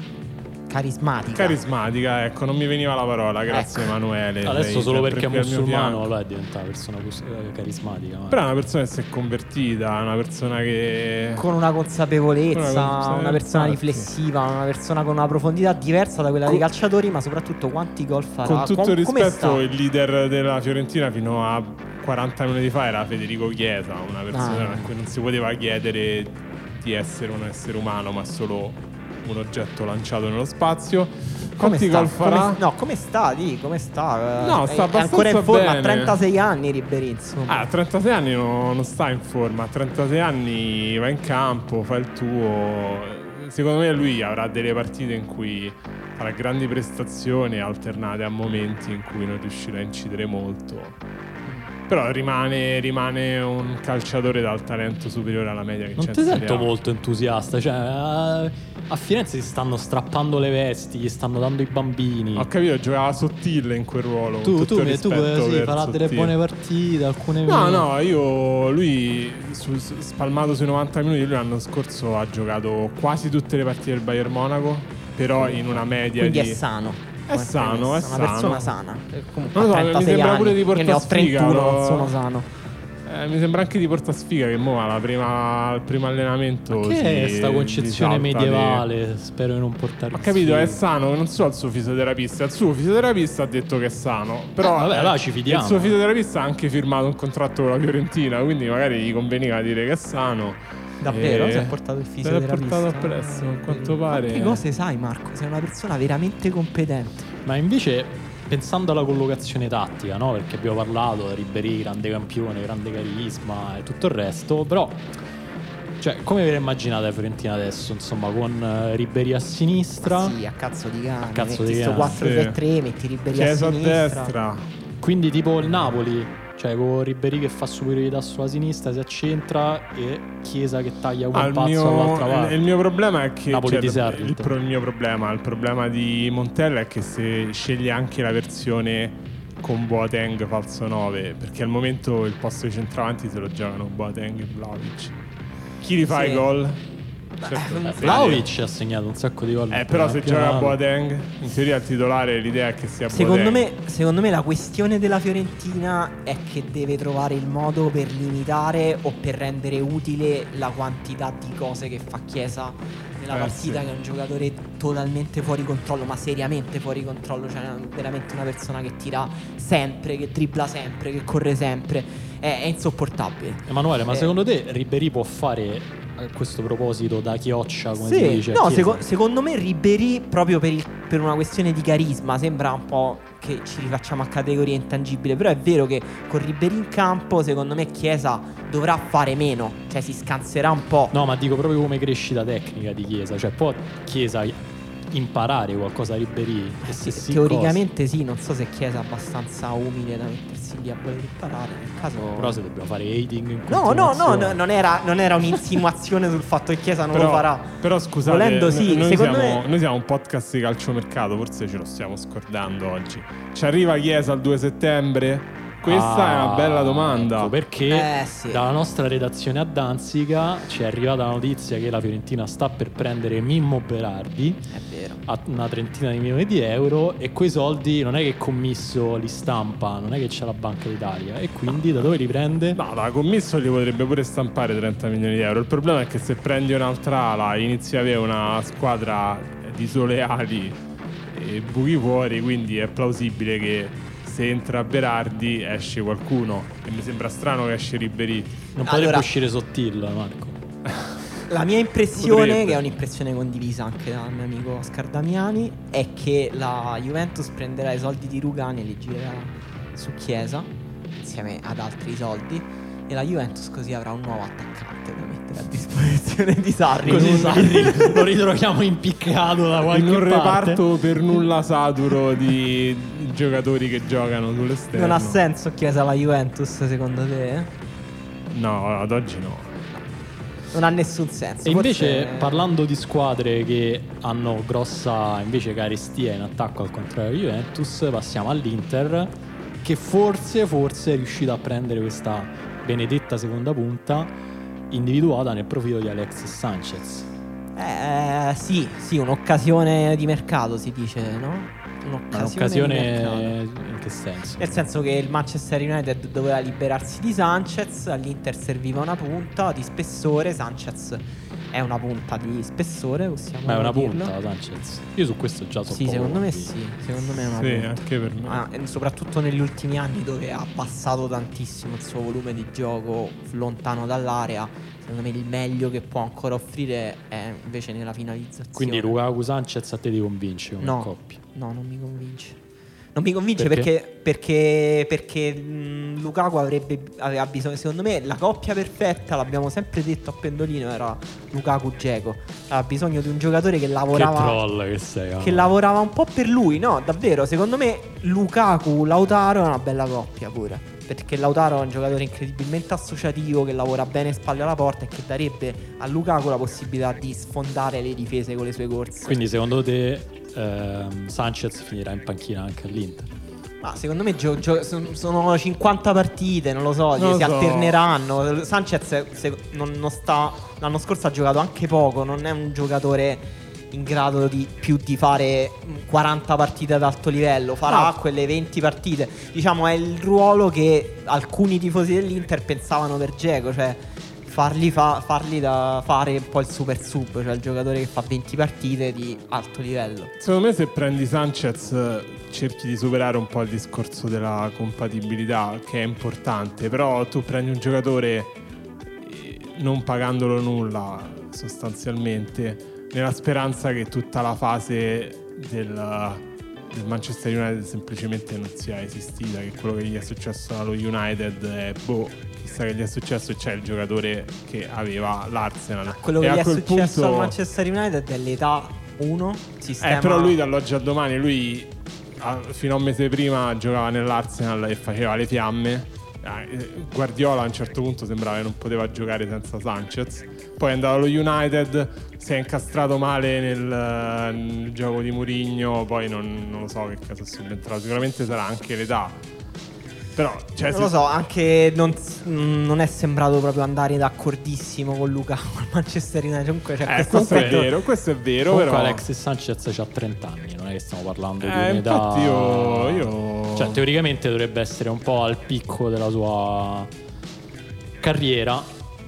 Carismatica. Carismatica, ecco, non mi veniva la parola, grazie Ecco. Emanuele. Adesso sei solo sempre perché è qui al mio musulmano fianco. allora è diventata una persona cos- eh, carismatica. Ma... Però è una persona che si è convertita, una persona che... Con una consapevolezza, Con una consapevolezza, una persona sì. riflessiva, una persona con una profondità diversa da quella Con- dei calciatori, ma soprattutto quanti gol farà. Con tutto Com- il come rispetto, sta? il leader della Fiorentina fino a quaranta minuti fa era Federico Chiesa, una persona Ah. a cui non si poteva chiedere di essere un essere umano, ma solo un oggetto lanciato nello spazio. Come Quanti sta? gol farà? Come- no, come sta? Di, come sta? No, Eh, sta è ancora in abbastanza forma, bene. a trentasei anni Ribéry, insomma. Ah, a trentasei anni no- non sta in forma, a trentasei anni va in campo, fa il tuo. Secondo me lui avrà delle partite in cui farà grandi prestazioni alternate a momenti in cui non riuscirà a incidere molto. Però rimane, rimane un calciatore dal talento superiore alla media che Non c'è ti in Serie sento A. molto entusiasta, cioè a, a Firenze si stanno strappando le vesti, gli stanno dando i bambini. Ho capito, giocava sottile in quel ruolo. con Tu, tutto tu, il tu rispetto sì, per farà delle Sottile. buone partite, alcune No, meno. no, io lui su, su- spalmato sui novanta minuti, lui l'anno scorso ha giocato quasi tutte le partite del Bayern Monaco, però in una media Quindi di è sano. È sano, è Una persona sano. sana. Eh, Comunque Non lo a so, mi trentasei sembra anni. pure di Io ne ho portasfiga, trentuno, lo- non sono sano. Eh, mi sembra anche di Portasfiga che mo alla prima, al primo allenamento Che è si- sta concezione si salta medievale? Spero di non portare. di- Ho capito, è sfiga. sano, non so il suo fisioterapista. Il suo fisioterapista ha detto che è sano. Però Eh, vabbè, eh, allora ci fidiamo. il suo fisioterapista ha anche firmato un contratto con la Fiorentina, quindi magari gli conveniva dire che è sano. Davvero? E- Si è portato il Se l'è fisioterapista? portato appresso, a quanto pare. Che cose sai, Marco? Sei una persona veramente competente. Ma invece, pensando alla collocazione tattica, no? Perché abbiamo parlato di Ribéry, grande campione, grande carisma e tutto il resto, però cioè, come ve la immaginate la Fiorentina adesso? Insomma, con eh, Ribéry a sinistra, Sì, a cazzo di cane. A cazzo metti di sto cane, quattro tre tre, sì. metti Ribéry Chiesa a a sinistra. destra. quindi tipo il Napoli, cioè con Ribéry che fa superiorità sulla sinistra, si accentra, e Chiesa che taglia un Ah, il, pazzo dall'altra mio, parte. il mio problema è che Napoli cioè, di Sarri, il, pro- il mio problema, il problema di Montella è che se sceglie anche la versione con Boateng falso nove, perché al momento il posto di centravanti se lo giocano Boateng e Vlahovic. Chi li fa Sì. i gol? eh, Certo, Vlahovic ha segnato un sacco di gol. Eh, in però se gioca campionato. Boateng, in teoria il titolare l'idea è che sia Secondo Boateng. me, secondo me la questione della Fiorentina è che deve trovare il modo per limitare o per rendere utile la quantità di cose che fa Chiesa nella Eh, partita, sì. che è un giocatore totalmente fuori controllo, ma seriamente fuori controllo, cioè è veramente una persona che tira sempre, che dribbla sempre, che corre sempre, è, è insopportabile. Emanuele, ma Eh. secondo te Ribéry può fare a questo proposito da chioccia, come si Sì, dice? a no, Chiesa? seco- secondo me Ribéry proprio per, il- per una questione di carisma sembra un po' che ci rifacciamo a categoria intangibile, però è vero che con Ribéry in campo secondo me Chiesa dovrà fare meno, cioè si scanserà un po'. No, ma dico proprio come crescita tecnica di Chiesa. Cioè, può Chiesa imparare qualcosa a Ribéry. E se sì, teoricamente cosa? Sì, non so se Chiesa è abbastanza umile da mettersi lì a voler imparare. Nel caso... Però se dobbiamo fare hating in No, no, no, no, non era, non era un'insinuazione sul fatto che Chiesa non però, lo farà. Però scusate, volendo sì, noi, secondo siamo, me... noi siamo un podcast di calciomercato, forse ce lo stiamo scordando oggi. Ci arriva Chiesa il due settembre? Questa ah, è una bella domanda. Ecco perché eh, sì. dalla nostra redazione a Danzica ci è arrivata la notizia che la Fiorentina sta per prendere Mimmo Berardi è vero. a una trentina di milioni di euro, e quei soldi non è che Commisso li stampa, non è che c'è la Banca d'Italia, e quindi da dove li prende? No, la Commisso li potrebbe pure stampare trenta milioni di euro. Il problema è che se prendi un'altra ala inizi a avere una squadra di sole ali e buchi fuori, quindi è plausibile che se entra Berardi esce qualcuno, e mi sembra strano che esce Ribéry. Non potrebbe allora, uscire Sottil, Marco. La mia impressione, Potrebbe. che è un'impressione condivisa anche dal mio amico Oscar Damiani, è che la Juventus prenderà i soldi di Rugani e li girerà su Chiesa insieme ad altri soldi, e la Juventus così avrà un nuovo attaccante da mettere a disposizione di Sarri. Così Sarri lo ritroviamo impiccato da qualche in un parte. reparto per nulla saturo di giocatori che giocano sull'esterno. Non ha senso Chiesa alla Juventus secondo te? No, ad oggi no. Non ha nessun senso. E invece, Forse... parlando di squadre che hanno grossa invece carestia in attacco al contrario di Juventus, passiamo all'Inter, che forse forse è riuscita a prendere questa benedetta seconda punta individuata nel profilo di Alexis Sanchez. Eh sì, sì, un'occasione di mercato si dice, no? Un'occasione, Un'occasione di mercato. in che senso? Nel senso che il Manchester United doveva liberarsi di Sanchez, all'Inter serviva una punta di spessore. Sanchez è una punta di spessore, possiamo Ma è una dirlo. punta Sanchez. Io su questo già so Sì, poco, secondo me quindi- sì, secondo me è una Sì, punta. anche per me. Ah, e soprattutto negli ultimi anni, dove ha abbassato tantissimo il suo volume di gioco lontano dall'area. Secondo me il meglio che può ancora offrire è invece nella finalizzazione. Quindi Lukaku Sanchez a te ti convince come No, coppia? no, non mi convince. Non mi convince Perché? perché perché, perché mh, Lukaku avrebbe aveva bisogno, secondo me la coppia perfetta, l'abbiamo sempre detto a Pendolino, era Lukaku-Dzeko. Aveva bisogno di un giocatore che lavorava Che troll che sei. che ah. lavorava un po' per lui, no, davvero, secondo me Lukaku-Lautaro è una bella coppia pure, perché Lautaro è un giocatore incredibilmente associativo, che lavora bene spalle alla porta e che darebbe a Lukaku la possibilità di sfondare le difese con le sue corse. Quindi secondo te ehm, Sanchez finirà in panchina anche all'Inter? Ma secondo me gio- gio- son- sono cinquanta partite, non lo so, Non lo si so. alterneranno. Sanchez se- non, non sta, l'anno scorso ha giocato anche poco, non è un giocatore in grado di più di fare quaranta partite ad alto livello, farà No. quelle venti partite. Diciamo è il ruolo che alcuni tifosi dell'Inter pensavano per Dzeko, cioè fargli, fa- fargli da fare un po' il super sub, cioè il giocatore che fa venti partite di alto livello. Secondo me se prendi Sanchez eh, cerchi di superare un po' il discorso della compatibilità, che è importante, però tu prendi un giocatore eh, non pagandolo nulla sostanzialmente, nella speranza che tutta la fase del, del Manchester United semplicemente non sia esistita, che quello che gli è successo allo United è boh, chissà che gli è successo, e c'è il giocatore che aveva l'Arsenal. Quello E che a gli è quel successo punto- al Manchester United è l'età uno, sistema... Eh, però lui dall'oggi al domani, lui a- fino a un mese prima giocava nell'Arsenal e faceva le fiamme. Eh, Guardiola a un certo punto sembrava che non poteva giocare senza Sanchez. Poi è andato allo United, si è incastrato male nel, nel gioco di Mourinho. Poi non, non lo so che caso è subentrato. Sicuramente sarà anche l'età. Però, cioè, non lo se- so, anche non, non è sembrato proprio andare d'accordissimo con Lukaku al Manchester United. Comunque c'è Eh, questo questo è aspetto- vero, questo è vero. Comunque Però Alexis Sanchez ha trenta anni, non è che stiamo parlando di Eh, un'età. infatti io, io... Cioè, teoricamente dovrebbe essere un po' al picco della sua carriera.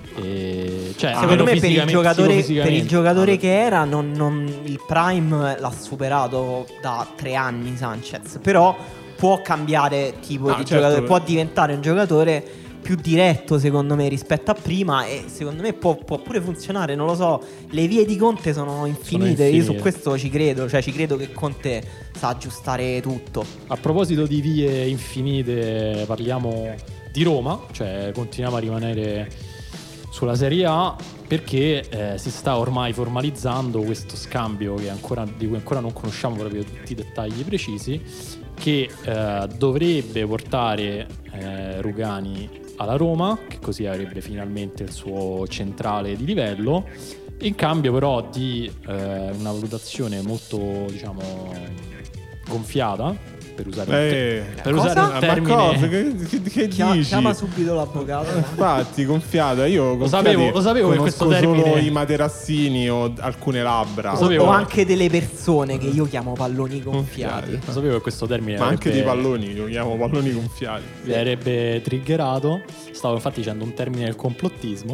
E... Cioè, Secondo almeno me per il fisicamente- giocatore, per il psicofisicamente. giocatore che era non, non- il prime l'ha superato da tre anni Sanchez. Però può cambiare tipo Ah, di certo. giocatore, può diventare un giocatore più diretto secondo me rispetto a prima, e secondo me può, può pure funzionare, non lo so, le vie di Conte sono infinite, io su infinite. questo ci credo, cioè ci credo che Conte sa aggiustare tutto. A proposito di vie infinite, parliamo di Roma, cioè continuiamo a rimanere sulla Serie A, perché eh, si sta ormai formalizzando questo scambio che ancora, di cui ancora non conosciamo proprio tutti i dettagli precisi, che eh, dovrebbe portare eh, Rugani alla Roma, che così avrebbe finalmente il suo centrale di livello, in cambio però di eh, una valutazione molto, diciamo, gonfiata, per usare Eh, un, te- per cosa? usare un Ma termine. cosa? Che, che, che Chia- dici? chiama subito l'avvocato. Infatti, gonfiata. Io Lo sapevo- lo sapevo che conosco questo termine- solo i materassini o alcune labbra. Lo O, sapevo. o anche delle persone che io chiamo palloni gonfiati. Lo sapevo che questo termine Ma anche avrebbe- di palloni, io chiamo palloni gonfiati. vi avrebbe triggerato. Stavo infatti dicendo un termine del complottismo.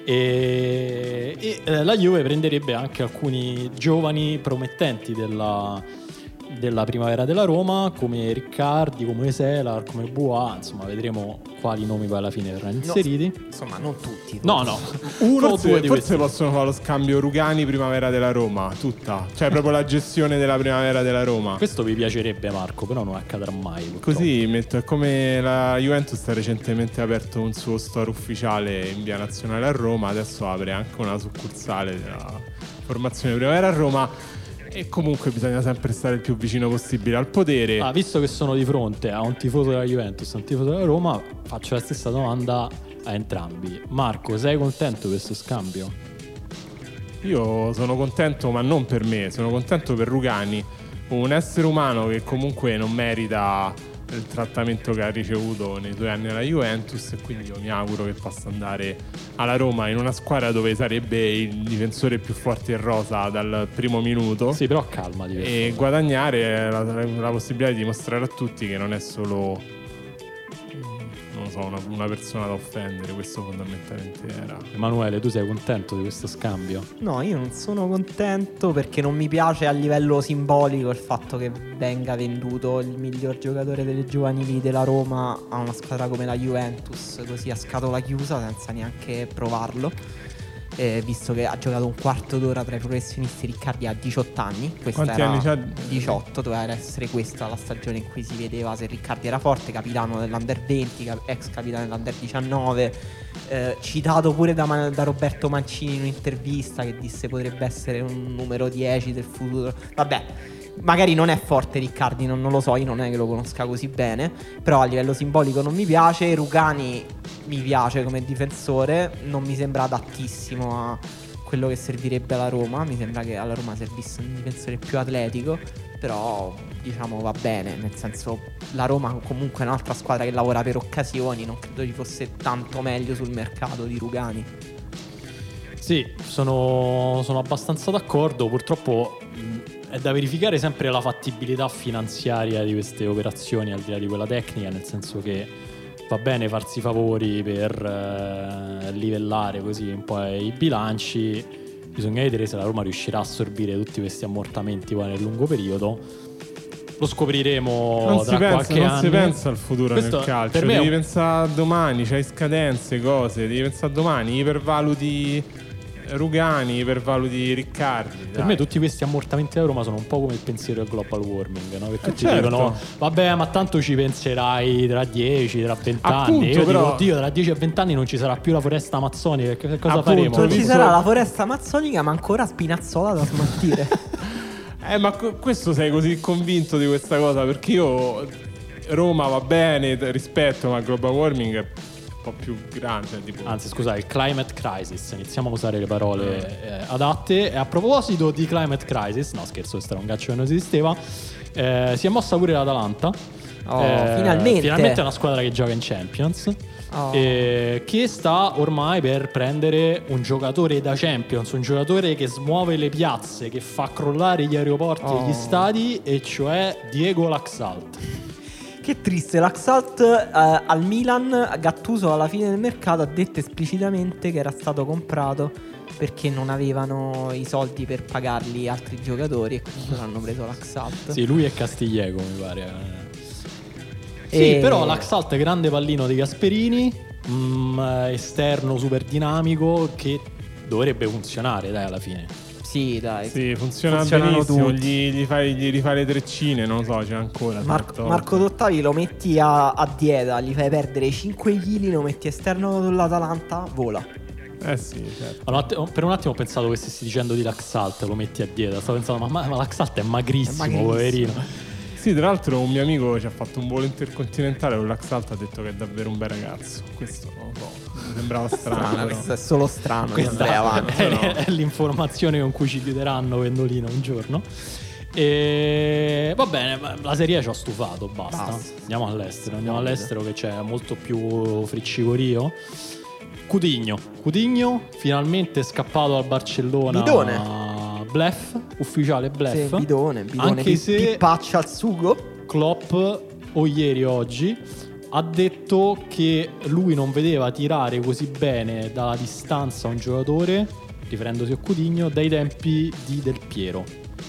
E, e eh, la Juve prenderebbe anche alcuni giovani promettenti della, della primavera della Roma, come Riccardi, come Selar, come Bois. Insomma, vedremo quali nomi poi alla fine verranno inseriti. Insomma, non tutti. No, no, Uno, Solo forse, due di forse questi. possono fare lo scambio Rugani primavera della Roma, tutta. Cioè proprio la gestione della primavera della Roma. Questo vi piacerebbe, Marco, però non accadrà mai. purtroppo. Così metto, è come la Juventus ha recentemente aperto un suo store ufficiale in via Nazionale a Roma, adesso apre anche una succursale della formazione primavera a Roma. E comunque bisogna sempre stare il più vicino possibile al potere. Ah, visto che sono di fronte a un tifoso della Juventus e un tifoso della Roma, faccio la stessa domanda a entrambi. Marco, sei contento di questo scambio? Io sono contento, ma non per me, sono contento per Rugani, un essere umano che comunque non merita il trattamento che ha ricevuto nei due anni alla Juventus, e quindi io mi auguro che possa andare alla Roma in una squadra dove sarebbe il difensore più forte in rosa dal primo minuto. Sì, però calmati. per E favore. guadagnare la, la possibilità di dimostrare a tutti che non è solo, non lo so, una, una persona da offendere. Questo fondamentalmente era. Emanuele, tu sei contento di questo scambio? No, io non sono contento perché non mi piace a livello simbolico il fatto che venga venduto il miglior giocatore delle giovanili della Roma a una squadra come la Juventus, così a scatola chiusa, senza neanche provarlo. Eh, visto che ha giocato un quarto d'ora tra i professionisti, Riccardi ha diciotto anni. Questa Quanti era anni c'ha? diciotto, doveva essere questa la stagione in cui si vedeva se Riccardi era forte, capitano dell'Under venti, cap- ex capitano dell'Under diciannove, eh, citato pure da, Man- da Roberto Mancini in un'intervista, che disse potrebbe essere un numero dieci del futuro. Vabbè, magari non è forte Riccardi, non, non lo so, io non è che lo conosca così bene, però a livello simbolico non mi piace. Rugani mi piace come difensore, non mi sembra adattissimo a quello che servirebbe alla Roma. Mi sembra che alla Roma servisse un difensore più atletico, però diciamo va bene, nel senso la Roma comunque è un'altra squadra che lavora per occasioni, non credo ci fosse tanto meglio sul mercato di Rugani. Sì, sono, sono abbastanza d'accordo. Purtroppo mh, è da verificare sempre la fattibilità finanziaria di queste operazioni, al di là di quella tecnica, nel senso che va bene farsi favori per eh, livellare così un po' i bilanci. Bisogna vedere se la Roma riuscirà a assorbire tutti questi ammortamenti poi nel lungo periodo. Lo scopriremo Non, si tra pensa, qualche non anno. si pensa al futuro Questo nel calcio. per me è Devi un- pensare a domani, c'hai scadenze, cose. Devi pensare a domani, ipervaluti Rugani, ipervaluti Riccardi. Per dai. me tutti questi ammortamenti della Roma sono un po' come il pensiero del global warming, no? Che tutti certo. dicono vabbè, ma tanto ci penserai tra dieci, tra venti Appunto, anni. Io però- dico, oddio, tra dieci e venti anni non ci sarà più la foresta amazzonica, che che cosa Appunto, faremo? Non ci visto- sarà la foresta amazzonica, ma ancora Spinazzola da smaltire. Eh, ma co- questo sei così convinto di questa cosa? Perché io Roma va bene, t- rispetto, ma global warming è un po' più grande, tipo. Anzi, scusa, il climate crisis. Iniziamo a usare le parole eh, adatte. E a proposito di climate crisis, no scherzo, questo era un gaccio che non esisteva. Eh, si è mossa pure l'Atalanta. Oh, finalmente. Finalmente è una squadra che gioca in Champions. Oh. eh, che sta ormai per prendere un giocatore da Champions, un giocatore che smuove le piazze, che fa crollare gli aeroporti Oh. e gli stadi, e cioè Diego Laxalt. Che triste, l'Axalt eh, al Milan. Gattuso alla fine del mercato ha detto esplicitamente che era stato comprato perché non avevano i soldi per pagargli altri giocatori, e quindi l'hanno preso l'Axalt. Sì, lui è Castiglieco, mi pare. Sì, E- però l'Axalt è grande pallino di Gasperini, mm, esterno super dinamico, che dovrebbe funzionare, dai, alla fine. Sì, dai. Sì, funziona Funzionano benissimo. tutti. Gli, gli, fai, gli rifai le treccine, non lo so, c'è ancora. Marco, certo. Marco Dottavi lo metti a, a dieta, gli fai perdere cinque chili, lo metti esterno dell'Atalanta, vola. Eh sì, certo. Un att- per un attimo ho pensato che stessi dicendo di Laxalt, lo metti a dieta. Stavo pensando, ma, ma Laxalt è magrissimo, È magrissimo. poverino. Sì, tra l'altro un mio amico ci ha fatto un volo intercontinentale con l'Axalt, ha detto che è davvero un bel ragazzo. Questo non lo so, mi sembrava strano. Strano, però. questo è solo strano. Questa Andrea, avanti. è, no. è l'informazione con cui ci chiuderanno Pendolino un giorno. E va bene, la Serie A ci ha stufato, basta. Basta. Andiamo all'estero, andiamo Andiamo all'estero che c'è molto più friccicorio. Coutinho, Coutinho finalmente scappato al Barcellona. Bidone. Bluff, ufficiale bluff. Sì, bidone, bidone. Anche pi- se pippaccia al sugo. Klopp o ieri o oggi ha detto che lui non vedeva tirare così bene dalla distanza un giocatore, riferendosi a Coutinho, dai tempi di Del Piero.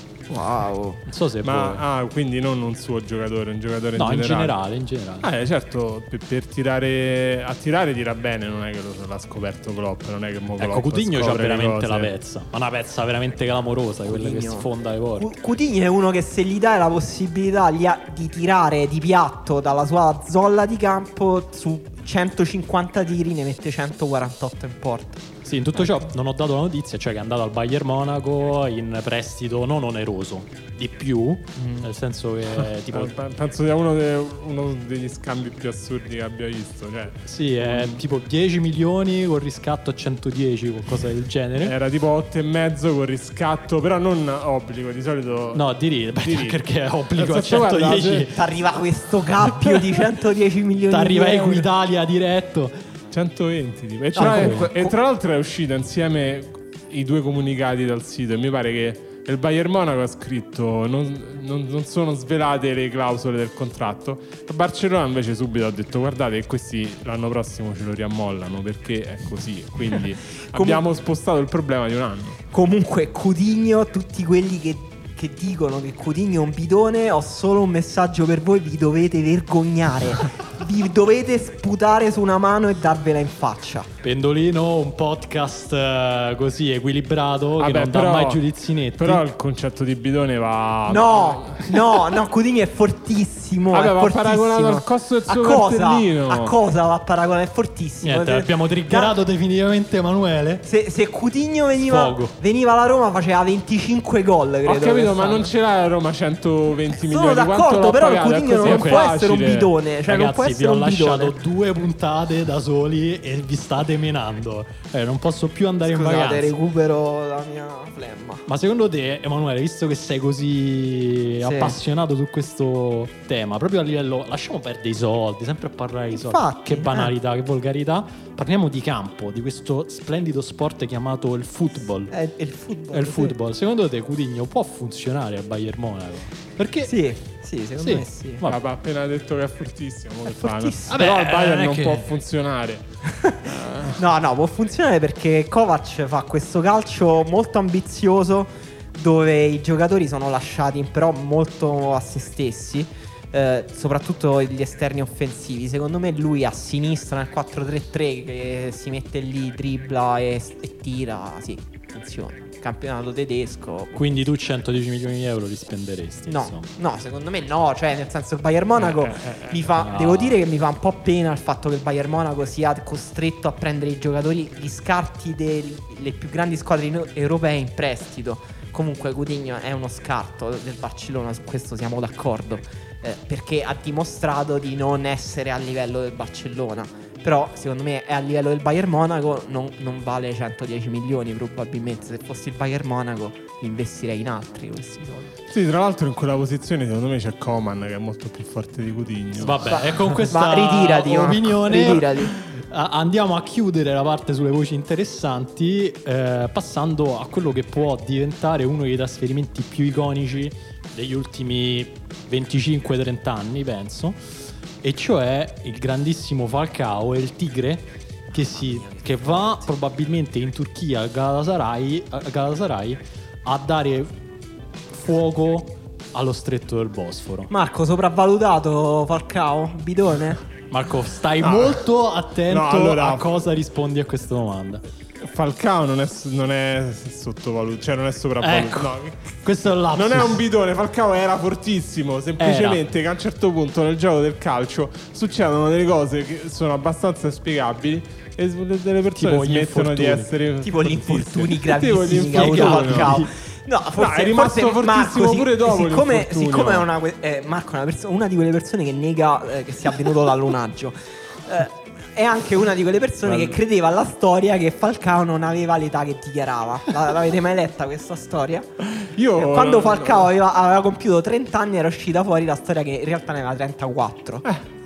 Wow. Non so se Ma voi- ah, quindi non un suo giocatore, un giocatore no, in in generale. generale, in generale. Ah, eh, certo, per, per tirare a tirare tira bene, non è che lo, l'ha scoperto Klopp, non è che mo Ecco, Klopp Coutinho c'ha scopre le veramente cose. la pezza, ma una pezza veramente clamorosa, quella che Coutinho. sfonda le porte. Cu- Coutinho è uno che se gli dai la possibilità gli ha- di tirare di piatto dalla sua zolla di campo, su centocinquanta tiri ne mette centoquarantotto in porta. Sì, in tutto ciò non ho dato la notizia, cioè che è andato al Bayern Monaco in prestito non oneroso, di più, nel senso che tipo Eh, pe- Penso sia uno, de- uno degli scambi più assurdi che abbia visto. Cioè, sì, è tipo dieci milioni con riscatto a centodieci, qualcosa del genere. era tipo otto e mezzo con riscatto, però non obbligo, di solito. No, di ride, Di ride. perché è obbligo a Nel senso, guarda, centodieci. se- T'arriva questo cappio di centodieci milioni T'arriva di euro. Equitalia diretto. centoventi tipo. E, tra, comunque- e tra l'altro è uscito insieme i due comunicati dal sito e mi pare che il Bayern Monaco ha scritto non, non- non sono svelate le clausole del contratto. Il Barcellona invece subito ha detto guardate che questi l'anno prossimo ce lo riammollano perché è così, quindi abbiamo spostato il problema di un anno. Comunque Coutinho, tutti quelli che, che dicono che Coutinho è un bidone, ho solo un messaggio per voi: vi dovete vergognare. Vi dovete sputare su una mano e darvela in faccia. Pendolino, un podcast eh, così equilibrato che Vabbè, non dà però- mai giudizi netti. Però il concetto di bidone va No, no, no, Coutinho è fortissimo. Vabbè, è va fortissimo. paragonato al costo del suo a cosa? cartellino. A cosa va paragonato? È fortissimo. Niente, Se- abbiamo triggerato da- definitivamente Emanuele. Se, se Coutinho veniva, Sfogo. veniva alla Roma faceva venticinque gol, credo. Ho capito, ma quest'anno. non ce l'ha la Roma centoventi Sono milioni. Quanto d'accordo, l'ho però il pagato? È Coutinho così non è può essere un facile. bidone. Cioè, non può Ragazzi, vi essere ho un lasciato bidone. due puntate da soli e vi state menando. Eh, non posso più andare in Scusate, vacanza. recupero la mia flemma. Ma secondo te, Emanuele, visto che sei così Sì. appassionato su questo tema, proprio a livello, lasciamo perdere i soldi, sempre a parlare di soldi, Infatti, che banalità, che volgarità, parliamo di campo, di questo splendido sport chiamato il football. È, è il football. È il sì. football. Secondo te, Coutinho può funzionare al Bayern Monaco? Perché Sì, sì, secondo Sì. me sì. Vabbè. Vabbè, appena detto che è fortissimo, mo È che fanno? fortissimo. Però Vabbè, il Bayern non è non che- può funzionare. No, no, può funzionare perché Kovac fa questo calcio molto ambizioso dove i giocatori sono lasciati però molto a se stessi, eh, soprattutto gli esterni offensivi. Secondo me lui a sinistra nel quattro tre tre che si mette lì, dribbla e, e tira, sì, funziona. Campionato tedesco. quindi tu centodieci milioni di euro li spenderesti? No, insomma. no, secondo me no, cioè nel senso il Bayern Monaco Eh, eh, eh, mi fa, no. devo dire che mi fa un po' pena il fatto che il Bayern Monaco sia costretto a prendere i giocatori, gli scarti delle più grandi squadre in- europee in prestito. Comunque Coutinho è uno scarto del Barcellona, su questo siamo d'accordo, eh, perché ha dimostrato di non essere a livello del Barcellona. Però secondo me è a livello del Bayern Monaco, non, non vale centodieci milioni probabilmente. Se fossi il Bayern Monaco li investirei in altri questi soldi. Sì, tra l'altro in quella posizione secondo me c'è Coman che è molto più forte di Coutinho. Vabbè, e con questa Ma ritirati, Marco, opinione ritirati. a- andiamo a chiudere la parte sulle voci interessanti, eh, passando a quello che può diventare uno dei trasferimenti più iconici degli ultimi venticinque trenta anni, penso, e cioè il grandissimo Falcao e il Tigre che, si, che va probabilmente in Turchia a Galatasaray, a Galatasaray a dare fuoco allo stretto del Bosforo. Marco, sopravvalutato Falcao? Bidone? Marco, stai No. molto attento No, allora- a cosa rispondi a questa domanda. Falcao non è, non è sottovalutato, cioè non è sopravvalutato. Ecco, no. questo è un lapsus. Non è un bidone, Falcao era fortissimo, semplicemente Era. che a un certo punto nel gioco del calcio succedono delle cose che sono abbastanza spiegabili e delle persone Tipo gli smettono di infortuni. essere Tipo gli fortissime. infortuni Tipo gli gravissimi che ha avuto infortuni. Falcao. No, forse è rimasto forse fortissimo Marco, pure dopo siccome, l'infortunio. siccome è una, que- eh, Marco è una, perso- una di quelle persone che nega eh, che sia avvenuto l'allunaggio. Eh, è anche una di quelle persone Bello. che credeva alla storia che Falcao non aveva l'età che dichiarava. La- l'avete mai letta questa storia? Io Eh, Quando no, Falcao no. aveva, aveva compiuto trenta anni era uscita fuori la storia che in realtà ne aveva trentaquattro.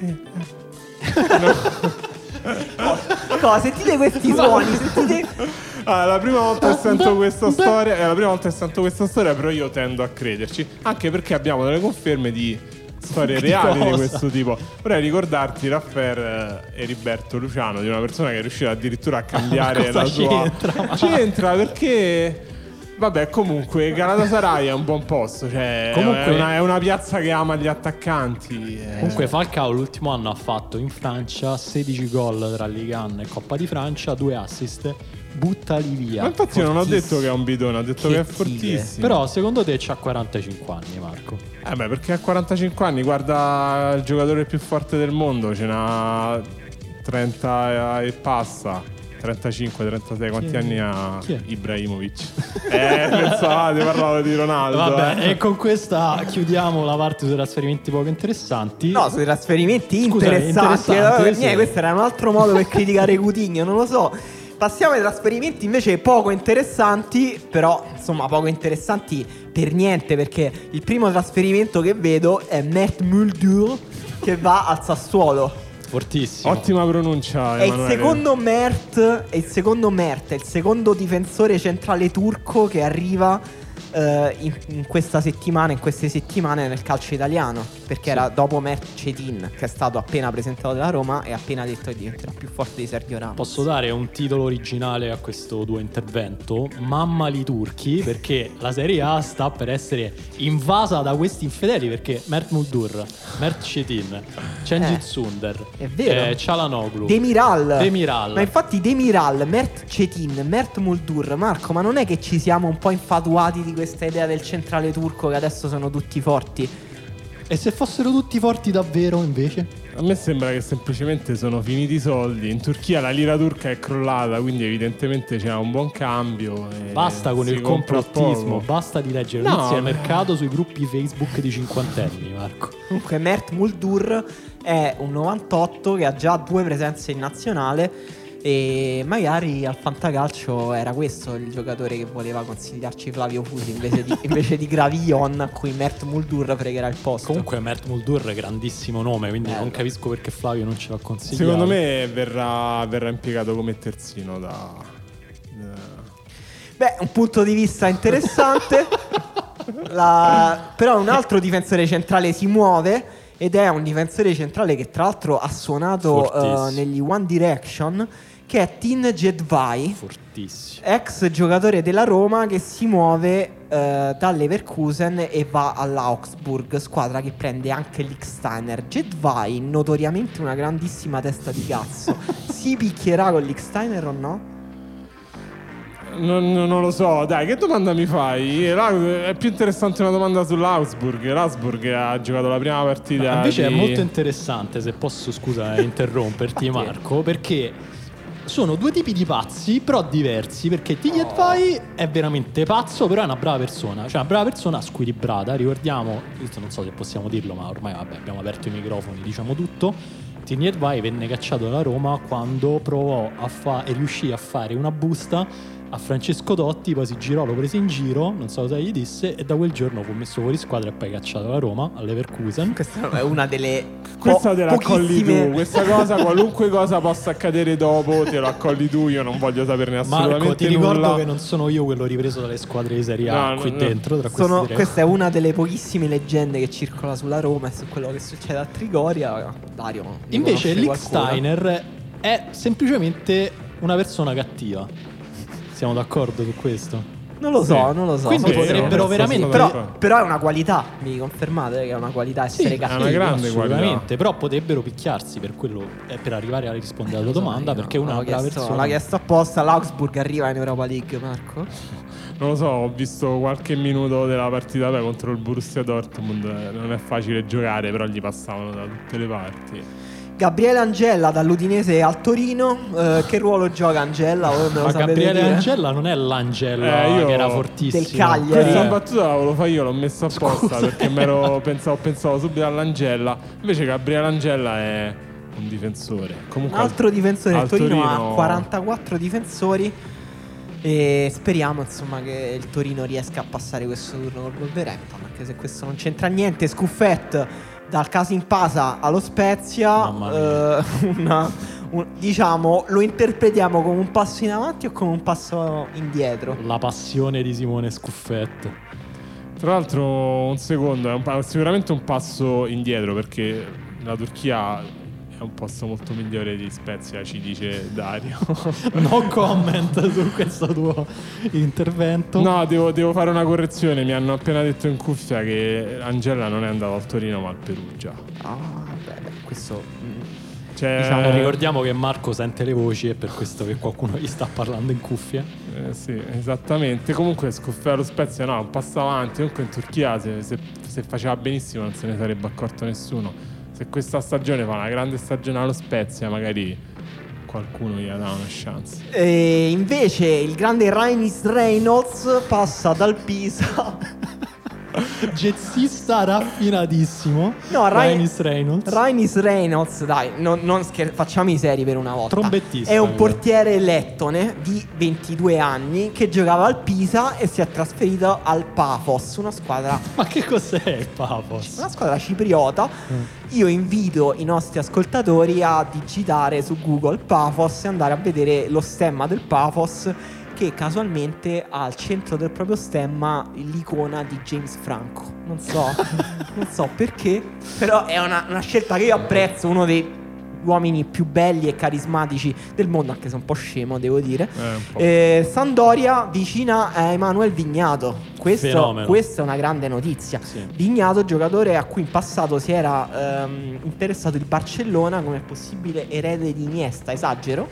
Cosa? Sentite questi suoni, sentite... Ah, la prima volta che sento questa storia è la prima volta che sento questa storia, però io tendo a crederci, anche perché abbiamo delle conferme di storie Di reali di cosa? questo tipo. Vorrei ricordarti Raffaele e Heriberto Luciano, di una persona che è riuscita addirittura a cambiare cosa la sua c'entra? c'entra perché vabbè, comunque Galatasaray è un buon posto, cioè Comunque- è, una, è una piazza che ama gli attaccanti. eh. Comunque Falcao l'ultimo anno ha fatto in Francia sedici gol tra Ligue uno e Coppa di Francia, due assist, buttali via. Ma infatti io non ho Fortissimo. detto che è un bidone, ho detto Che che, è tigre. fortissimo. Però secondo te c'ha quarantacinque anni, Marco? Eh beh, perché a quarantacinque anni, guarda il giocatore più forte del mondo, ce n'ha trenta e passa. trentacinque trentasei, quanti Chi è? anni ha Chi è? Ibrahimovic? Eh, pensavate, parlavo di Ronaldo. Vabbè, eh. e con questa chiudiamo la parte sui trasferimenti poco interessanti. No, sui trasferimenti Scusa, interessanti. interessanti, Allora, sì. niente, questo era un altro modo per criticare Coutinho, non lo so. Passiamo ai trasferimenti invece poco interessanti, però insomma poco interessanti per niente, perché il primo trasferimento che vedo è Mert Muldur che va al Sassuolo. Fortissimo. Ottima pronuncia, È il Emanuele. secondo Mert, è il secondo Mert, è il secondo difensore centrale turco che arriva eh, in, in questa settimana, in queste settimane nel calcio italiano, perché era dopo Mert Cetin, che è stato appena presentato dalla Roma e appena detto che diventerà più forte di Sergio Ramos. Posso dare un titolo originale a questo tuo intervento? Mammali turchi, perché la Serie A sta per essere invasa da questi infedeli, perché Mert Muldur, Mert Cetin, Cengiz Eh, Sunder, è vero. eh, Çalhanoğlu, Demiral. Demiral. Ma infatti Demiral, Mert Cetin, Mert Muldur, Marco, ma non è che ci siamo un po' infatuati di questa idea del centrale turco che adesso sono tutti forti? E se fossero tutti forti davvero invece? A me sembra che semplicemente sono finiti i soldi. In Turchia la lira turca è crollata, quindi evidentemente c'è un buon cambio. e Basta con si il compra complottismo, poco. basta di leggere No, notizie del beh. mercato sui gruppi Facebook di cinquantenni, Marco. Comunque Mert Muldur è un novantotto che ha già due presenze in nazionale e magari al fantacalcio era questo il giocatore che voleva consigliarci Flavio Fusi invece di, invece di Gravillon, a cui Mert Muldur pregherà il posto. Comunque Mert Muldur, grandissimo nome, quindi Bello. non capisco perché Flavio non ce l'ha consigliato. Secondo me verrà, verrà impiegato come terzino da... da- Beh, un punto di vista interessante. La- Però un altro difensore centrale si muove ed è un difensore centrale che tra l'altro ha suonato Fortissimo. eh, negli One Direction, che è Tin Jedvai, Fortissimo. ex giocatore della Roma che si muove eh, dal Leverkusen e va all'Augsburg, squadra che prende anche l'Iksteiner. Jedvai, notoriamente una grandissima testa di cazzo, si picchierà con l'Iksteiner o no? Non, non- non lo so, dai, che domanda mi fai? L'Au- È più interessante una domanda sull'Augsburg. L'Augsburg ha giocato la prima partita. Ma invece di- è molto interessante, se posso, scusa, interromperti Marco, perché sono due tipi di pazzi, però diversi, perché Tighet Vai è veramente pazzo, però è una brava persona, cioè una brava persona squilibrata, ricordiamo, questo non so se possiamo dirlo, ma ormai vabbè, abbiamo aperto i microfoni, diciamo tutto. Tighet Vai venne cacciato dalla Roma quando provò a fare e riuscì a fare una busta a Francesco Totti, poi si girò, lo prese in giro, non so cosa gli disse, e da quel giorno fu messo fuori squadra e poi cacciato dalla Roma, al Leverkusen. Questa è una delle Questa po- te la accolli pochissime- tu. Questa cosa, qualunque cosa possa accadere dopo, te lo accolli tu. Io non voglio saperne assolutamente Marco, ti ricordo nulla. che non sono io quello ripreso dalle squadre di Serie A No, no, qui no. dentro, tra Sono- questi tre. questa è una delle pochissime leggende che circola sulla Roma e su quello che succede a Trigoria. Dario, ne Invece conosce Lick qualcuna? Steiner è semplicemente una persona cattiva. Siamo d'accordo su questo? Non lo so, non lo so. Quindi Forse- potrebbero forse veramente- sì. Però, però è una qualità, mi confermate che è una qualità essere Sì, cattivi? è una grande assolutamente, qualità. però potrebbero picchiarsi per quello, eh, per arrivare a rispondere alla tua domanda, No, perché una l'ho brava chiesto- persona. L'ha chiesto apposta. L'Augsburg arriva in Europa League, Marco? Non lo so, ho visto qualche minuto della partita beh, contro il Borussia Dortmund. eh, Non è facile giocare, però gli passavano da tutte le parti. Gabriele Angella dall'Udinese al Torino. Eh, che ruolo gioca Angella? Voi me lo Ma sapete Gabriele dire? Angella non è l'Angella Eh, io- che era fortissimo. Del Cagliari. Questa Eh. battuta la volevo fare io, l'ho messa apposta perché m'ero pensavo, pensavo subito all'Angella. Invece Gabriele Angella è un difensore. Un Comunque altro difensore del al Torino, Torino- ha quarantaquattro difensori. E speriamo insomma che il Torino riesca a passare questo turno col Wolverhampton, anche se questo non c'entra niente. Scuffet dal Casin Pasa allo Spezia. Mamma eh, una- un- diciamo, lo interpretiamo come un passo in avanti o come un passo indietro? La passione di Simone Scuffet. Tra l'altro, un secondo, è un pa- sicuramente un passo indietro perché la Turchia è un posto molto migliore di Spezia, ci dice Dario. No comment su questo tuo intervento. No, devo, devo fare una correzione. Mi hanno appena detto in cuffia che Angela non è andato al Torino ma al Perugia. Ah, beh, questo mm, Cioè, Diciamo, ricordiamo che Marco sente le voci e per questo che qualcuno gli sta parlando in cuffia. Eh, sì, esattamente. Comunque scuffare lo Spezia no, un passo avanti. Comunque in Turchia se, se- se faceva benissimo non se ne sarebbe accorto nessuno. Se questa stagione fa una grande stagione allo Spezia, magari qualcuno gli dà una chance. E invece il grande Rainis Reynolds passa dal Pisa. Jazzista raffinatissimo. No, Rai- Rainis Reynolds. Rainis Reynolds, dai, non, non scher- facciamo i seri per una volta. Trombettista, È un mi portiere lettone di ventidue anni che giocava al Pisa e si è trasferito al Paphos, una squadra, Ma che cos'è il Paphos? una squadra cipriota. Io invito i nostri ascoltatori a digitare su Google Paphos e andare a vedere lo stemma del Paphos, che casualmente ha al centro del proprio stemma l'icona di James Franco. Non so, non so perché, però è una, una scelta che io apprezzo, uno dei uomini più belli e carismatici del mondo, anche se un po' scemo, devo dire. Eh, un po'. Eh, Sampdoria vicina a Emanuel Vignato. Questo, Fenomeno. questa è una grande notizia. Sì. Vignato, giocatore a cui in passato si era ehm, interessato il Barcellona come possibile erede di Iniesta. Esagero?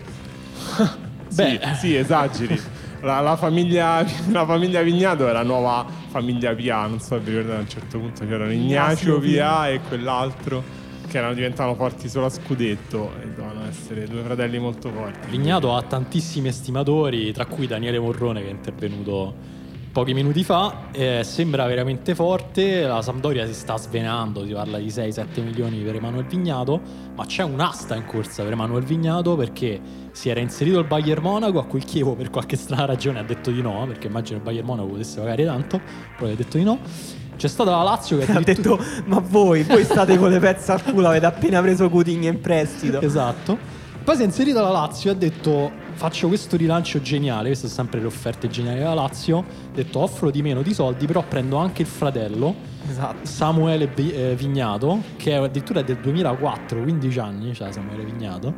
Beh, sì, sì, esageri. La, la famiglia, la famiglia Vignato è la nuova famiglia Pia. Non so se vi ricordate, a un certo punto c'erano Ignacio Pia e quell'altro che erano diventavano forti solo a scudetto e dovevano essere due fratelli molto forti. Vignato ha tantissimi estimatori, tra cui Daniele Morrone che è intervenuto pochi minuti fa. Eh, sembra veramente forte. La Sampdoria si sta svenando, si parla di sei sette milioni per Emanuel Vignato, ma c'è un'asta in corsa per Emanuel Vignato perché si era inserito il Bayern Monaco, a cui il Chievo per qualche strana ragione ha detto di no, perché immagino il Bayern Monaco potesse pagare tanto, poi ha detto di no. C'è stata la Lazio che Ha addirittura- detto, ma voi, voi state con le pezze al culo, avete appena preso Coutinho in prestito. Esatto. Poi si è inserita la Lazio e ha detto faccio questo rilancio geniale, queste sono sempre le offerte geniali della Lazio, ha detto offro di meno di soldi, però prendo anche il fratello Esatto. Samuele Vi- eh, Vignato, che è addirittura del duemilaquattro, quindici anni, cioè Samuele Vignato,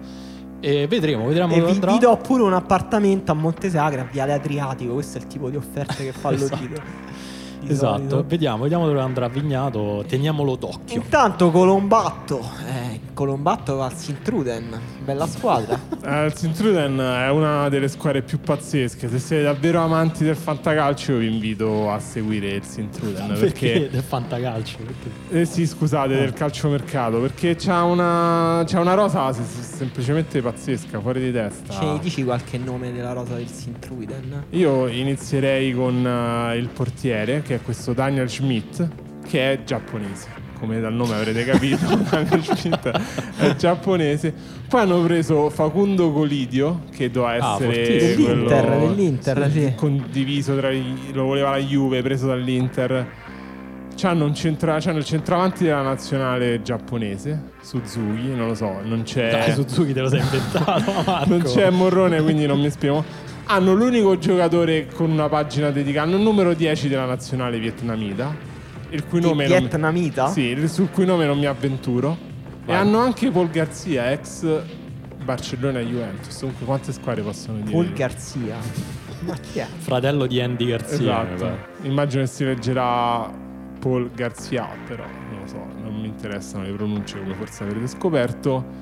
e vedremo, vedremo E dove vi, andrà. vi do pure un appartamento a Montesagre, a Viale Adriatico. Questo è il tipo di offerte che fa Esatto. l'Odito. Di Esatto, solito. vediamo, vediamo dove andrà Vignato, teniamolo d'occhio. Intanto Colombatto, eh, Colombatto va al Sint-Truiden, bella squadra. Eh, il Sint-Truiden è una delle squadre più pazzesche. Se siete davvero amanti del fantacalcio, vi invito a seguire il Sint-Truiden Perché perché, del fantacalcio? Perché? eh sì, scusate, del calciomercato. Perché c'ha una, c'ha una rosa se- se- semplicemente pazzesca, fuori di testa. Ce ne dici qualche nome della rosa del Sint-Truiden? Io inizierei con eh, il portiere, che è questo Daniel Schmidt, che è giapponese. Come dal nome avrete capito, Daniel Schmidt è giapponese. Poi hanno preso Facundo Colidio, che doveva Ah, essere fortissimo. quello- Dell'Inter, dell'Inter, sì. condiviso tra i, lo voleva la Juve, preso dall'Inter. C'hanno, un centra, c'hanno il centravanti della nazionale giapponese, Suzuki, non lo so, non c'è Dai, Suzuki te lo sei inventato, Marco. non c'è Morrone, quindi non mi spiego. Hanno l'unico giocatore con una pagina dedicata, hanno il numero dieci della nazionale vietnamita, il cui Di nome non mi- vietnamita? sì, il- sul cui nome non mi avventuro. Vai. E hanno anche Paul Garzia, ex Barcellona e Juventus. Comunque quante squadre possono dire? Paul Garzia. Ma chi è? Fratello di Andy Garcia. mi Esatto. pare. Immagino che si leggerà Paul Garcia, però non lo so, non mi interessano le pronunce come forse avrete scoperto.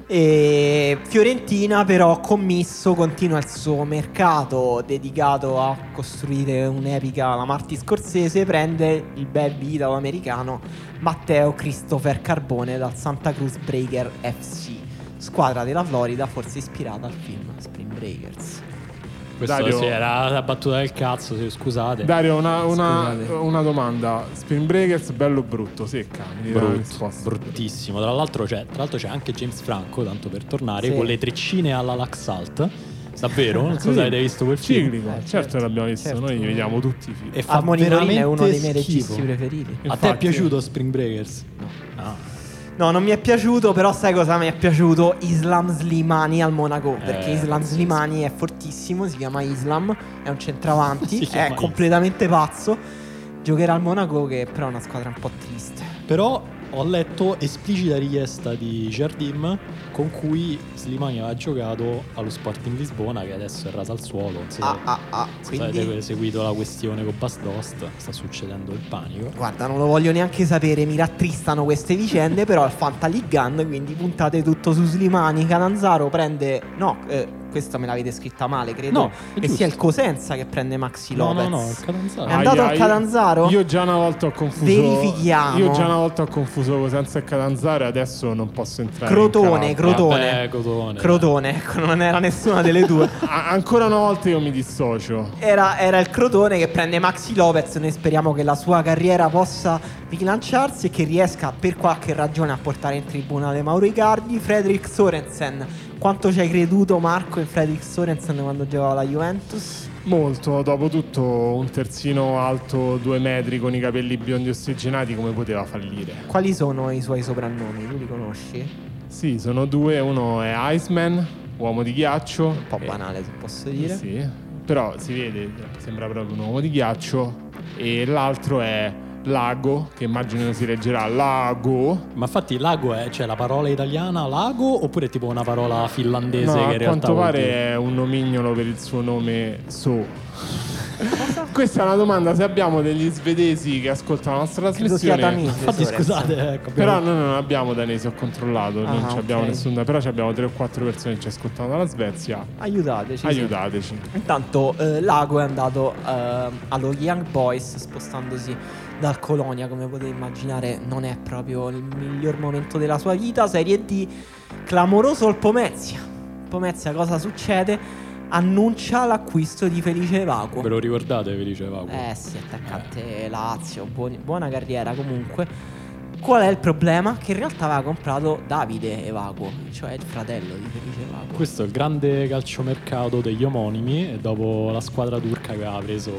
E Fiorentina però commisso continua il suo mercato dedicato a costruire un'epica alla Marti Scorsese, prende il bel italo-americano Matteo Christopher Carbone dal Santa Cruz Breaker F C, squadra della Florida forse ispirata al film Spring Breakers. Questa Dario- sì, era la battuta del cazzo, sì, scusate. Dario, una, una, Scusate. una domanda. Spring Breakers, bello o brutto? Secca, mi dai la Brutto, risposta. bruttissimo. Tra l'altro, c'è, tra l'altro c'è anche James Franco, tanto per tornare, Sì. con le treccine alla Laxalt. Davvero? Non so Sì, se avete visto quel film. Ciclico, Eh, certo, certo, che l'abbiamo visto, certo. noi vediamo tutti i film. E fa Harmony Korine è veramente uno dei miei schifo. registi preferiti. A te è Infatti- piaciuto Spring Breakers? No. Ah. No, non mi è piaciuto, però sai cosa mi è piaciuto? Islam Slimani al Monaco, perché Eh, Islam pazzesco. Slimani è fortissimo, si chiama Islam, è un centravanti, Si chiama è completamente pazzo, giocherà al Monaco che però è una squadra un po' triste. Però ho letto esplicita richiesta di Jardim con cui Slimani aveva giocato allo Sporting Lisbona, che adesso è rasa al suolo. Non so Ah ah ah, se quindi avete seguito la questione con Bas Dost, sta succedendo il panico. guarda, non lo voglio neanche sapere, mi rattristano queste vicende, però è Fanta League Gun, quindi puntate tutto su Slimani. Catanzaro prende, no, eh, questa me l'avete scritta male, credo No, è che giusto. sia il Cosenza che prende Maxi No, Lopez. no, no, il Catanzaro. È andato al io- Catanzaro? Io già una volta ho confuso. Verifichiamo. Io già una volta ho confuso Cosenza e Catanzaro e adesso non posso entrare. Crotone, in calabria. Crotone. Vabbè, Crotone. Crotone, ecco, non era nessuna delle due. A- ancora una volta io mi dissocio. Era, era il Crotone che prende Maxi Lopez. Noi speriamo che la sua carriera possa rilanciarsi e che riesca per qualche ragione a portare in tribunale Mauro Icardi. Fredrik Sorensen. Quanto ci hai creduto, Marco, in Fredrik Sorensen quando giocava alla Juventus? Molto, dopo tutto un terzino alto due metri con i capelli biondi ossigenati, come poteva fallire? Quali sono i suoi soprannomi? Tu li conosci? Sì, sono due, uno è Iceman, uomo di ghiaccio. Un po' banale, se posso dire. Sì, però si vede, sembra proprio un uomo di ghiaccio. E l'altro è Lago, che immagino si leggerà Lago. Ma infatti lago è, cioè la parola italiana lago oppure è tipo una parola finlandese No, che in a realtà quanto vuol pare dire- è un nomignolo per il suo nome So. Questa è una domanda, se abbiamo degli svedesi che ascoltano la nostra Credo sia trasmissione. danese. Infatti Sorensen. scusate, ecco, abbiamo- Però noi non abbiamo danesi, ho controllato, non Ah, ci abbiamo ok. nessun, però ci abbiamo tre o quattro persone che ci ascoltano dalla Svezia. Aiutateci. sì. Aiutateci. Intanto eh, Lago è andato eh, allo Young Boys, spostandosi dal Colonia, come potete immaginare non è proprio il miglior momento della sua vita. Serie D, clamoroso il Pomezia. Pomezia, cosa succede? Annuncia l'acquisto di Felice Evacuo. Ve lo ricordate, vi diceva? Eh sì, attaccante Lazio, buoni- buona carriera comunque. Qual è il problema? Che in realtà aveva comprato Davide Evacuo, cioè il fratello di Felice Evacuo. Questo è il grande calciomercato degli omonimi, e dopo la squadra turca che aveva preso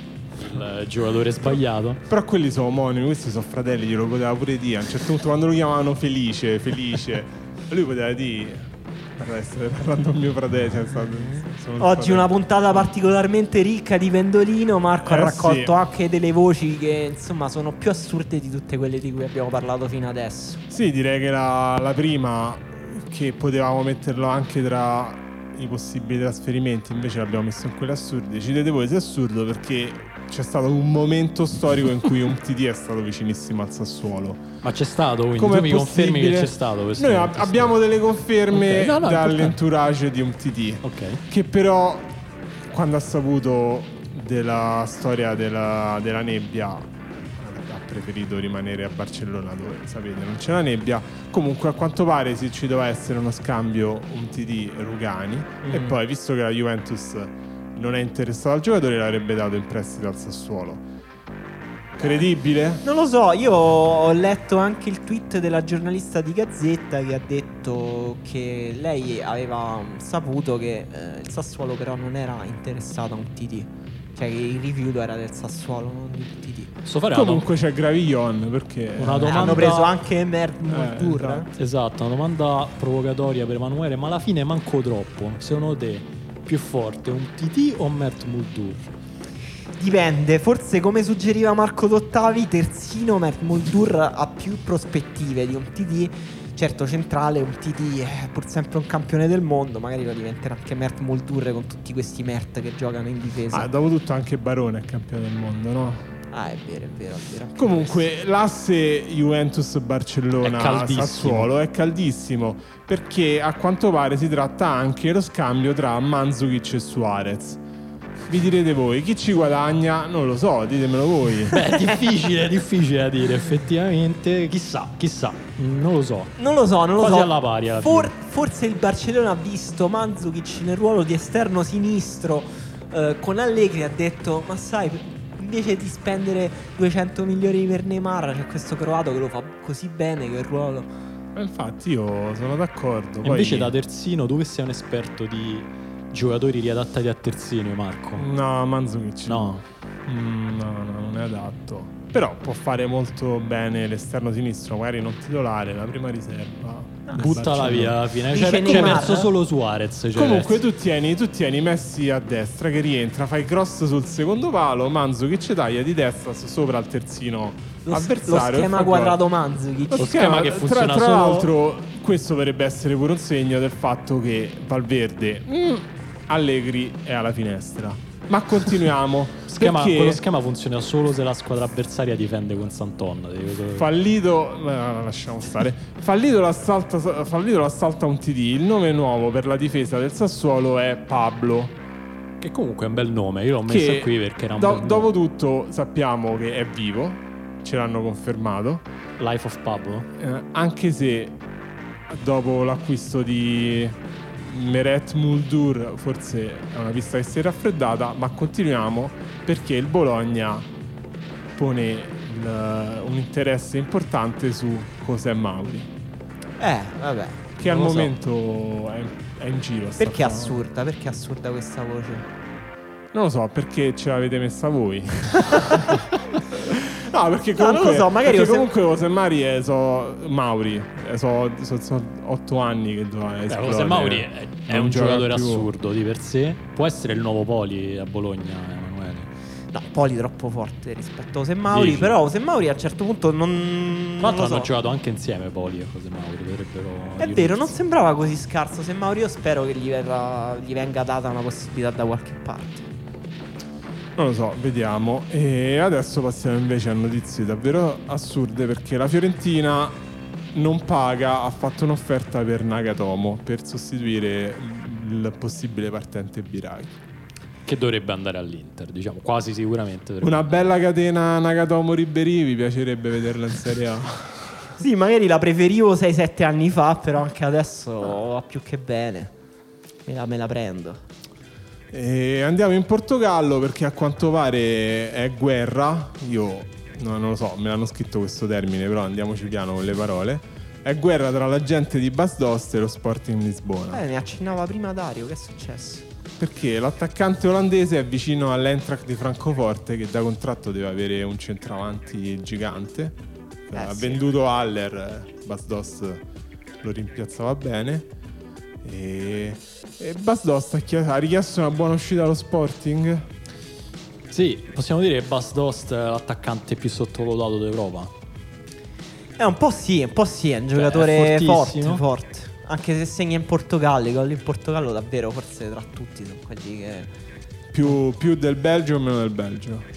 il giocatore sbagliato. Però quelli sono omonimi, questi sono fratelli, glielo poteva pure dire. A un certo punto quando lo chiamavano Felice, Felice, lui poteva dire: guarda, stai parlando con mio fratello. Cioè, sta- sono il Oggi fratello. una puntata particolarmente ricca di Pendolino. Marco Eh ha raccolto sì. anche delle voci che insomma sono più assurde di tutte quelle di cui abbiamo parlato fino adesso. Sì, direi che la, la prima, che potevamo metterlo anche tra i possibili trasferimenti, invece l'abbiamo messo in quelli assurdi. Decidete voi se è assurdo, perché c'è stato un momento storico in cui un T D è stato vicinissimo al Sassuolo. Ma c'è stato, quindi Com'è tu mi confermi che possibile? c'è stato questo? Noi ab- questo- abbiamo delle conferme Ok, no, no, è dall'entourage di un T D, Ok. che però quando ha saputo della storia della, della nebbia ha preferito rimanere a Barcellona, dove sapete non c'è la nebbia. Comunque a quanto pare sì, ci doveva essere uno scambio un T D Rugani, e poi visto che la Juventus non è interessata al giocatore, l'avrebbe dato in prestito al Sassuolo. Credibile? Non lo so, io ho letto anche il tweet della giornalista di Gazzetta che ha detto che lei aveva saputo che eh, il Sassuolo però non era interessato a un T D. Cioè che il rifiuto era del Sassuolo, non del T D. Posso fare una dom- Comunque c'è Gravillon, perché Una Eh, domanda- hanno preso anche Mert Muldur. esatto. Esatto, una domanda provocatoria per Emanuele, ma alla fine manco troppo. Secondo te più forte un T T o Mert Muldur? Dipende, forse come suggeriva Marco Dottavi, terzino Mert Muldur ha più prospettive di un T D. Certo, centrale, un T D è pur sempre un campione del mondo, magari lo diventerà anche Mert Muldur con tutti questi Mert che giocano in difesa. Ah, dopo tutto anche Barone è campione del mondo, no? Ah, è vero, è vero, è vero. Comunque l'asse Juventus-Barcellona-Sassuolo è caldissimo, perché a quanto pare si tratta anche dello scambio tra Mandzukic e Suarez. Vi direte voi, chi ci guadagna? Non lo so, ditemelo voi. Beh, è difficile, difficile da dire, effettivamente. Chissà, chissà, non lo so. Non lo so, non lo Quasi so. alla pari alla For- fine. forse il Barcellona ha visto Mandzukic nel ruolo di esterno sinistro eh, con Allegri, ha detto: ma sai, invece di spendere duecento milioni per Neymar, c'è questo croato che lo fa così bene che il ruolo. Ma infatti io sono d'accordo. E Poi... invece da terzino, tu che sei un esperto di giocatori riadattati a terzino, Marco? No, Mandzukic No. Mm, no, no, non è adatto. Però può fare molto bene l'esterno sinistro, magari non titolare, la prima riserva. Buttala via alla fine. Dice C'è, c'è Neymar? perso solo Suarez. Cioè Comunque tu tieni, tu tieni Messi a destra che rientra, fai cross sul secondo palo, Mandzukic taglia di destra sopra al terzino Lo, avversario. lo schema e fa quadrato gol. Mandzukic. Lo Lo schema che tra, funziona tra solo- l'altro questo dovrebbe essere pure un segno del fatto che Valverde mm, Allegri è alla finestra. Ma continuiamo. schema, perché quello schema funziona solo se la squadra avversaria difende con Santon. fallito, no, lasciamo stare. Fallito l'assalto, fallito l'assalto a un T D. Il nome nuovo per la difesa del Sassuolo è Pablo. Che comunque è un bel nome. Io l'ho messo Che qui perché era un do- bel dopo nome. tutto sappiamo che è vivo, ce l'hanno confermato. Life of Pablo. Eh, anche se dopo l'acquisto di Meret Muldur forse è una pista che si è raffreddata, ma continuiamo perché il Bologna pone il- un interesse importante su José Mauri, Eh, vabbè. che al non lo so. momento è, è in giro. sta Perché è fa- assurda? Perché è assurda questa voce? Non lo so, perché ce l'avete messa voi. No, perché No, non comunque, lo so, magari perché José- comunque José Mauri è so Mauri, è so, so, so otto anni che doveva Beh, esplodere. José Mauri è, è Non un gioca giocatore più. assurdo di per sé. Può essere il nuovo Poli a Bologna, Emanuele. No, Poli troppo forte rispetto a José Mauri. Dici? Però José Mauri a un certo punto non. Tra non l'altro lo so. hanno giocato anche insieme Poli e José Mauri. Dovrebbero È vero, riunirsi. non sembrava così scarso José Mauri. Io spero che gli, verrà, gli venga data una possibilità da qualche parte. Non lo so, vediamo. E adesso passiamo invece a notizie davvero assurde, perché la Fiorentina non paga, ha fatto un'offerta per Nagatomo per sostituire il possibile partente Biraghi. Che dovrebbe andare all'Inter, diciamo, quasi sicuramente. dovrebbe- Una bella catena Nagatomo-Ribéry, vi piacerebbe vederla in Serie A? Sì, magari la preferivo sei sette anni fa, però anche adesso va più che bene. Me la, me la prendo. E andiamo in Portogallo perché a quanto pare è guerra. Io no, non lo so, me l'hanno scritto questo termine, però andiamoci piano con le parole. È guerra tra la gente di Basdost e lo Sporting Lisbona. Eh, ne accennava prima Dario, che è successo? Perché l'attaccante olandese è vicino all'Eintracht di Francoforte, che da contratto deve avere un centravanti gigante. Eh, ha sì. venduto Haller, Basdost lo rimpiazzava bene. E, e Basdost ha, chiesto- ha richiesto una buona uscita allo Sporting. Sì, possiamo dire che Bas Dost è l'attaccante più sottovalutato d'Europa. Eh, un po' sì, un po' sì, è un è giocatore forte, fortissimo. forte. Anche se segna in Portogallo, i gol in Portogallo davvero, forse tra tutti sono quelli che... Più, più del Belgio o meno del Belgio?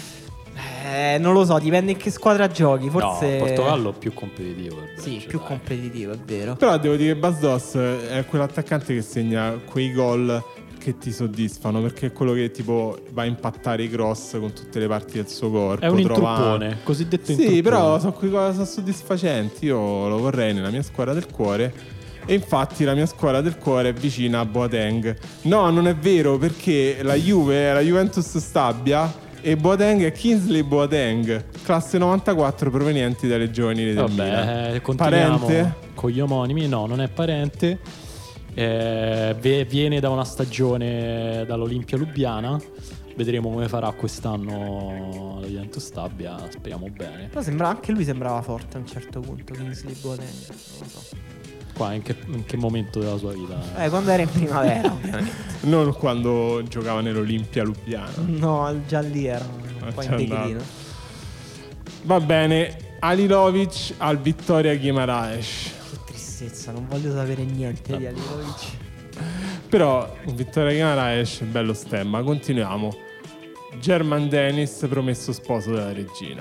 Eh, non lo so, dipende in che squadra giochi, forse... No, Portogallo è più competitivo. del Sì, Belgio, più dai. competitivo, è vero. Però devo dire che Basdos è quell'attaccante che segna quei gol che ti soddisfano, perché è quello che tipo va a impattare i cross con tutte le parti del suo corpo. È un trova- intruppone, cosiddetto Sì, intruppone. però sono quei cose soddisfacenti. Io lo vorrei nella mia squadra del cuore. E infatti la mia squadra del cuore è vicina a Boateng. No, non è vero, perché la Juve è la Juventus Stabia e Boateng è Kingsley Boateng, classe novantaquattro, provenienti dalle giovanili del Milan. Vabbè, eh, continuiamo Parente? con gli omonimi. No, non è parente. Eh, ve- viene da una stagione dall'Olimpia Lubiana. Vedremo come farà quest'anno la Juventus Stabia. Speriamo bene. Però sembra, anche lui sembrava forte a un certo punto, Kingsley Boateng, non lo so. Qua in che, in che momento della sua vita? Eh, quando era in primavera, ovviamente. Non quando giocava nell'Olimpia Lubiana. No, già lì era un po' c'è in declino. andato. Va bene, Alilovic al Vittoria Guimaraes. tristezza, non voglio sapere niente di Halilovic. Però Vittoria Guimaraes, bello stemma. Continuiamo. German Dennis, promesso sposo della regina.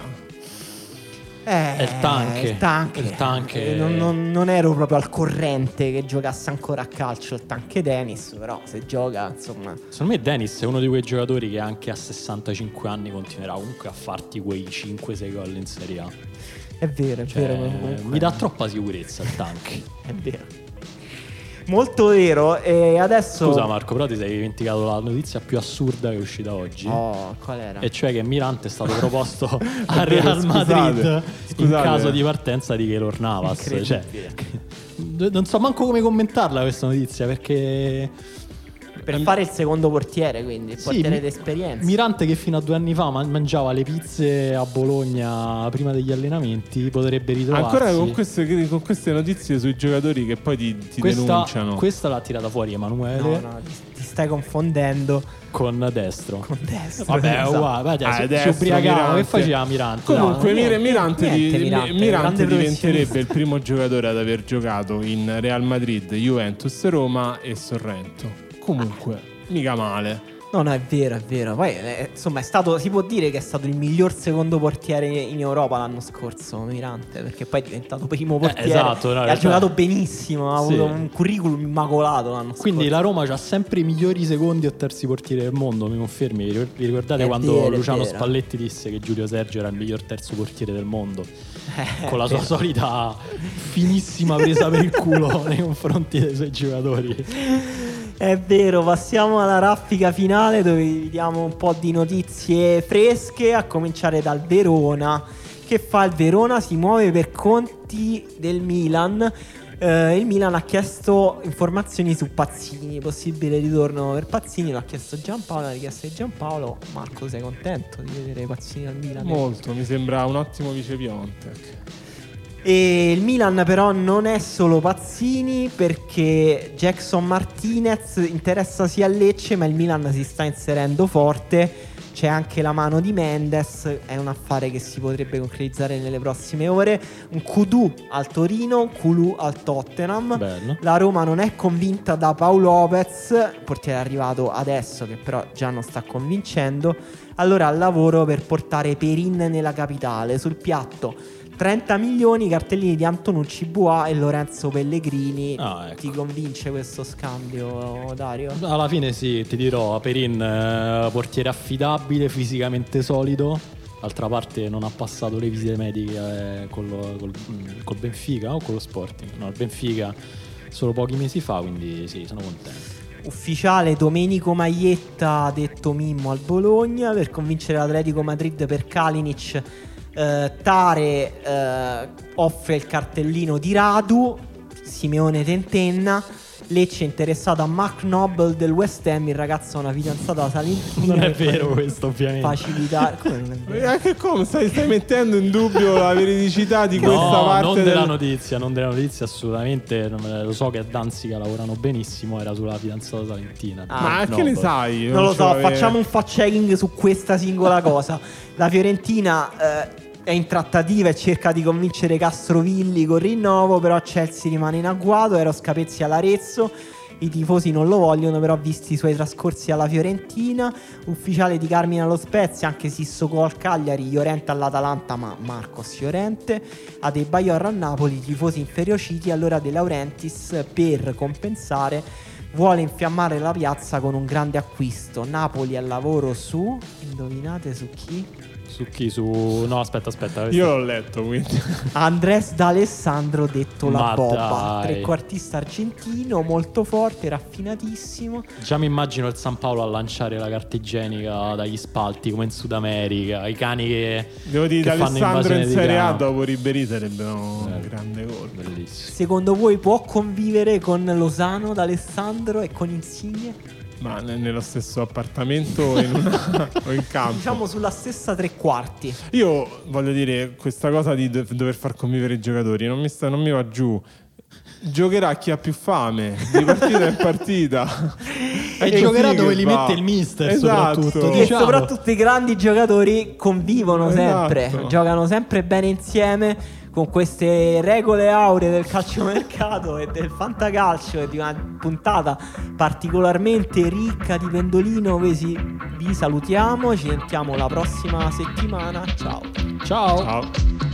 Eh, il tank. Il tank. Il tank. Eh, non, non, non ero proprio al corrente che giocasse ancora a calcio il tank Dennis, però se gioca, insomma. Secondo me Dennis è uno di quei giocatori che anche a sessantacinque anni continuerà comunque a farti quei cinque sei gol in Serie A. È vero, è Cioè, vero. Comunque. Mi dà troppa sicurezza il tank. È vero. Molto vero. E adesso. Scusa Marco, però ti sei dimenticato la notizia più assurda che è uscita oggi. Oh, qual era? E cioè che Mirante è stato proposto È al vero, Real Madrid scusate, in scusate. caso di partenza di Keylor Navas. Cioè, non so manco come commentarla questa notizia, perché Per fare il secondo portiere, quindi il Sì, portiere mi- d'esperienza. Mirante, che fino a due anni fa man- mangiava le pizze a Bologna prima degli allenamenti, potrebbe ritrovarsi. Ancora con queste, con queste notizie sui giocatori che poi ti, ti questa, denunciano. questa l'ha tirata fuori Emanuele No, no, ti, ti stai confondendo con destro. con destro. Vabbè, esatto. uguale, vai, dai, Ah, si- si destro, ubriacava. Mirante. Che faceva Mirante? Comunque No, Mir- niente, Mirante, niente, di- Mirante, Mirante grande diventerebbe professionista. il primo giocatore ad aver giocato in Real Madrid, Juventus, Roma e Sorrento. Comunque, mica male. No, no, è vero, è vero. Poi, eh, insomma, è stato, si può dire che è stato il miglior secondo portiere in Europa l'anno scorso, Mirante, perché poi è diventato primo portiere. esatto, no, in e ha realtà- giocato benissimo, ha Sì. avuto un curriculum immacolato l'anno Quindi scorso. la Roma c'ha sempre i migliori secondi o terzi portieri del mondo, mi confermi? Vi ricor- vi ricordate È quando vero, è Luciano vero. Spalletti disse che Giulio Sergio era il miglior terzo portiere del mondo? Eh, Con la sua solita finissima presa per il culo nei confronti dei suoi giocatori. È vero, passiamo alla raffica finale dove vi diamo un po' di notizie fresche, a cominciare dal Verona. Che fa il Verona? Si muove per conti del Milan. Eh, il Milan ha chiesto informazioni su Pazzini, possibile ritorno per Pazzini, l'ha chiesto Giampaolo, l'ha richiesto di Giampaolo. Marco, sei contento di vedere Pazzini al Milan? Molto, mi sembra un ottimo vice Piontek. E il Milan però non è solo Pazzini, perché Jackson Martinez interessa sia a Lecce, ma il Milan si sta inserendo forte. C'è anche la mano di Mendes, è un affare che si potrebbe concretizzare nelle prossime ore. Un Kudu al Torino, un Kulu al Tottenham. Bello. La Roma non è convinta da Pau Lopez, portiere arrivato adesso che però già non sta convincendo. Allora al lavoro per portare Perin nella capitale. Sul piatto trenta milioni, cartellini di Antonucci, Buà e Lorenzo Pellegrini. Ah, ecco. Ti convince questo scambio, Dario? Alla fine sì, ti dirò, Perin eh, portiere affidabile, fisicamente solido. D'altra parte non ha passato le visite mediche eh, col, col, col Benfica o con lo Sporting. No, il Benfica solo pochi mesi fa, quindi sì, sono contento. Ufficiale, Domenico Maietta ha detto Mimmo al Bologna per convincere l'Atletico Madrid per Kalinic. eh, Tare eh, offre il cartellino di Radu. Simeone tentenna. Lecce è interessato a Mark Noble del West Ham. Il ragazzo ha una fidanzata salentina. Non è per vero questo, ovviamente. facilitare. Come non è E vero? anche come stai, stai mettendo in dubbio la veridicità di No, questa parte non del- della notizia, non della notizia assolutamente. non me la- lo so che a Danzica lavorano benissimo, era sulla fidanzata salentina. Ah, Ma No, che ne boh. sai? Non lo ce so, l'avevi- facciamo un fact checking su questa singola cosa. La Fiorentina eh, è in trattativa e cerca di convincere Castrovilli col rinnovo, però Chelsea rimane in agguato. Eros Capezzi all'Arezzo. I tifosi non lo vogliono, però visti i suoi trascorsi alla Fiorentina. Ufficiale di Carmine allo Spezia, anche Sissoko al Cagliari, Llorente all'Atalanta, ma Marcos Llorente. Adebayor al Napoli, tifosi inferociti. Allora De Laurentiis, per compensare, vuole infiammare la piazza con un grande acquisto. Napoli al lavoro su... Indovinate su chi? Su chi? Su... No, aspetta, aspetta. Io l'ho letto, quindi. Andres D'Alessandro, detto la Ma Bobba. dai. Trequartista argentino, molto forte, raffinatissimo. Già mi immagino il San Paolo a lanciare la carta igienica dagli spalti come in Sud America, i cani che, Devo dire, che fanno Alessandro in invasione di Serie A campo. dopo Ribéry sarebbe un Bello. grande gol. Bellissimo. Secondo voi può convivere con Lozano, D'Alessandro e con Insigne? Ma ne- nello stesso appartamento o in, una- o in campo? Diciamo sulla stessa tre quarti. Io voglio dire, questa cosa di do- dover far convivere i giocatori non mi, sta, non mi va giù. Giocherà chi ha più fame di partita in partita. E È giocherà così dove che li va. mette il mister, Esatto. soprattutto. E Diciamo. soprattutto i grandi giocatori convivono Esatto. sempre, giocano sempre bene insieme. con queste regole auree del calciomercato e del fantacalcio e di una puntata particolarmente ricca di pendolino, vi, vi salutiamo, ci sentiamo la prossima settimana. Ciao. Ciao. Ciao.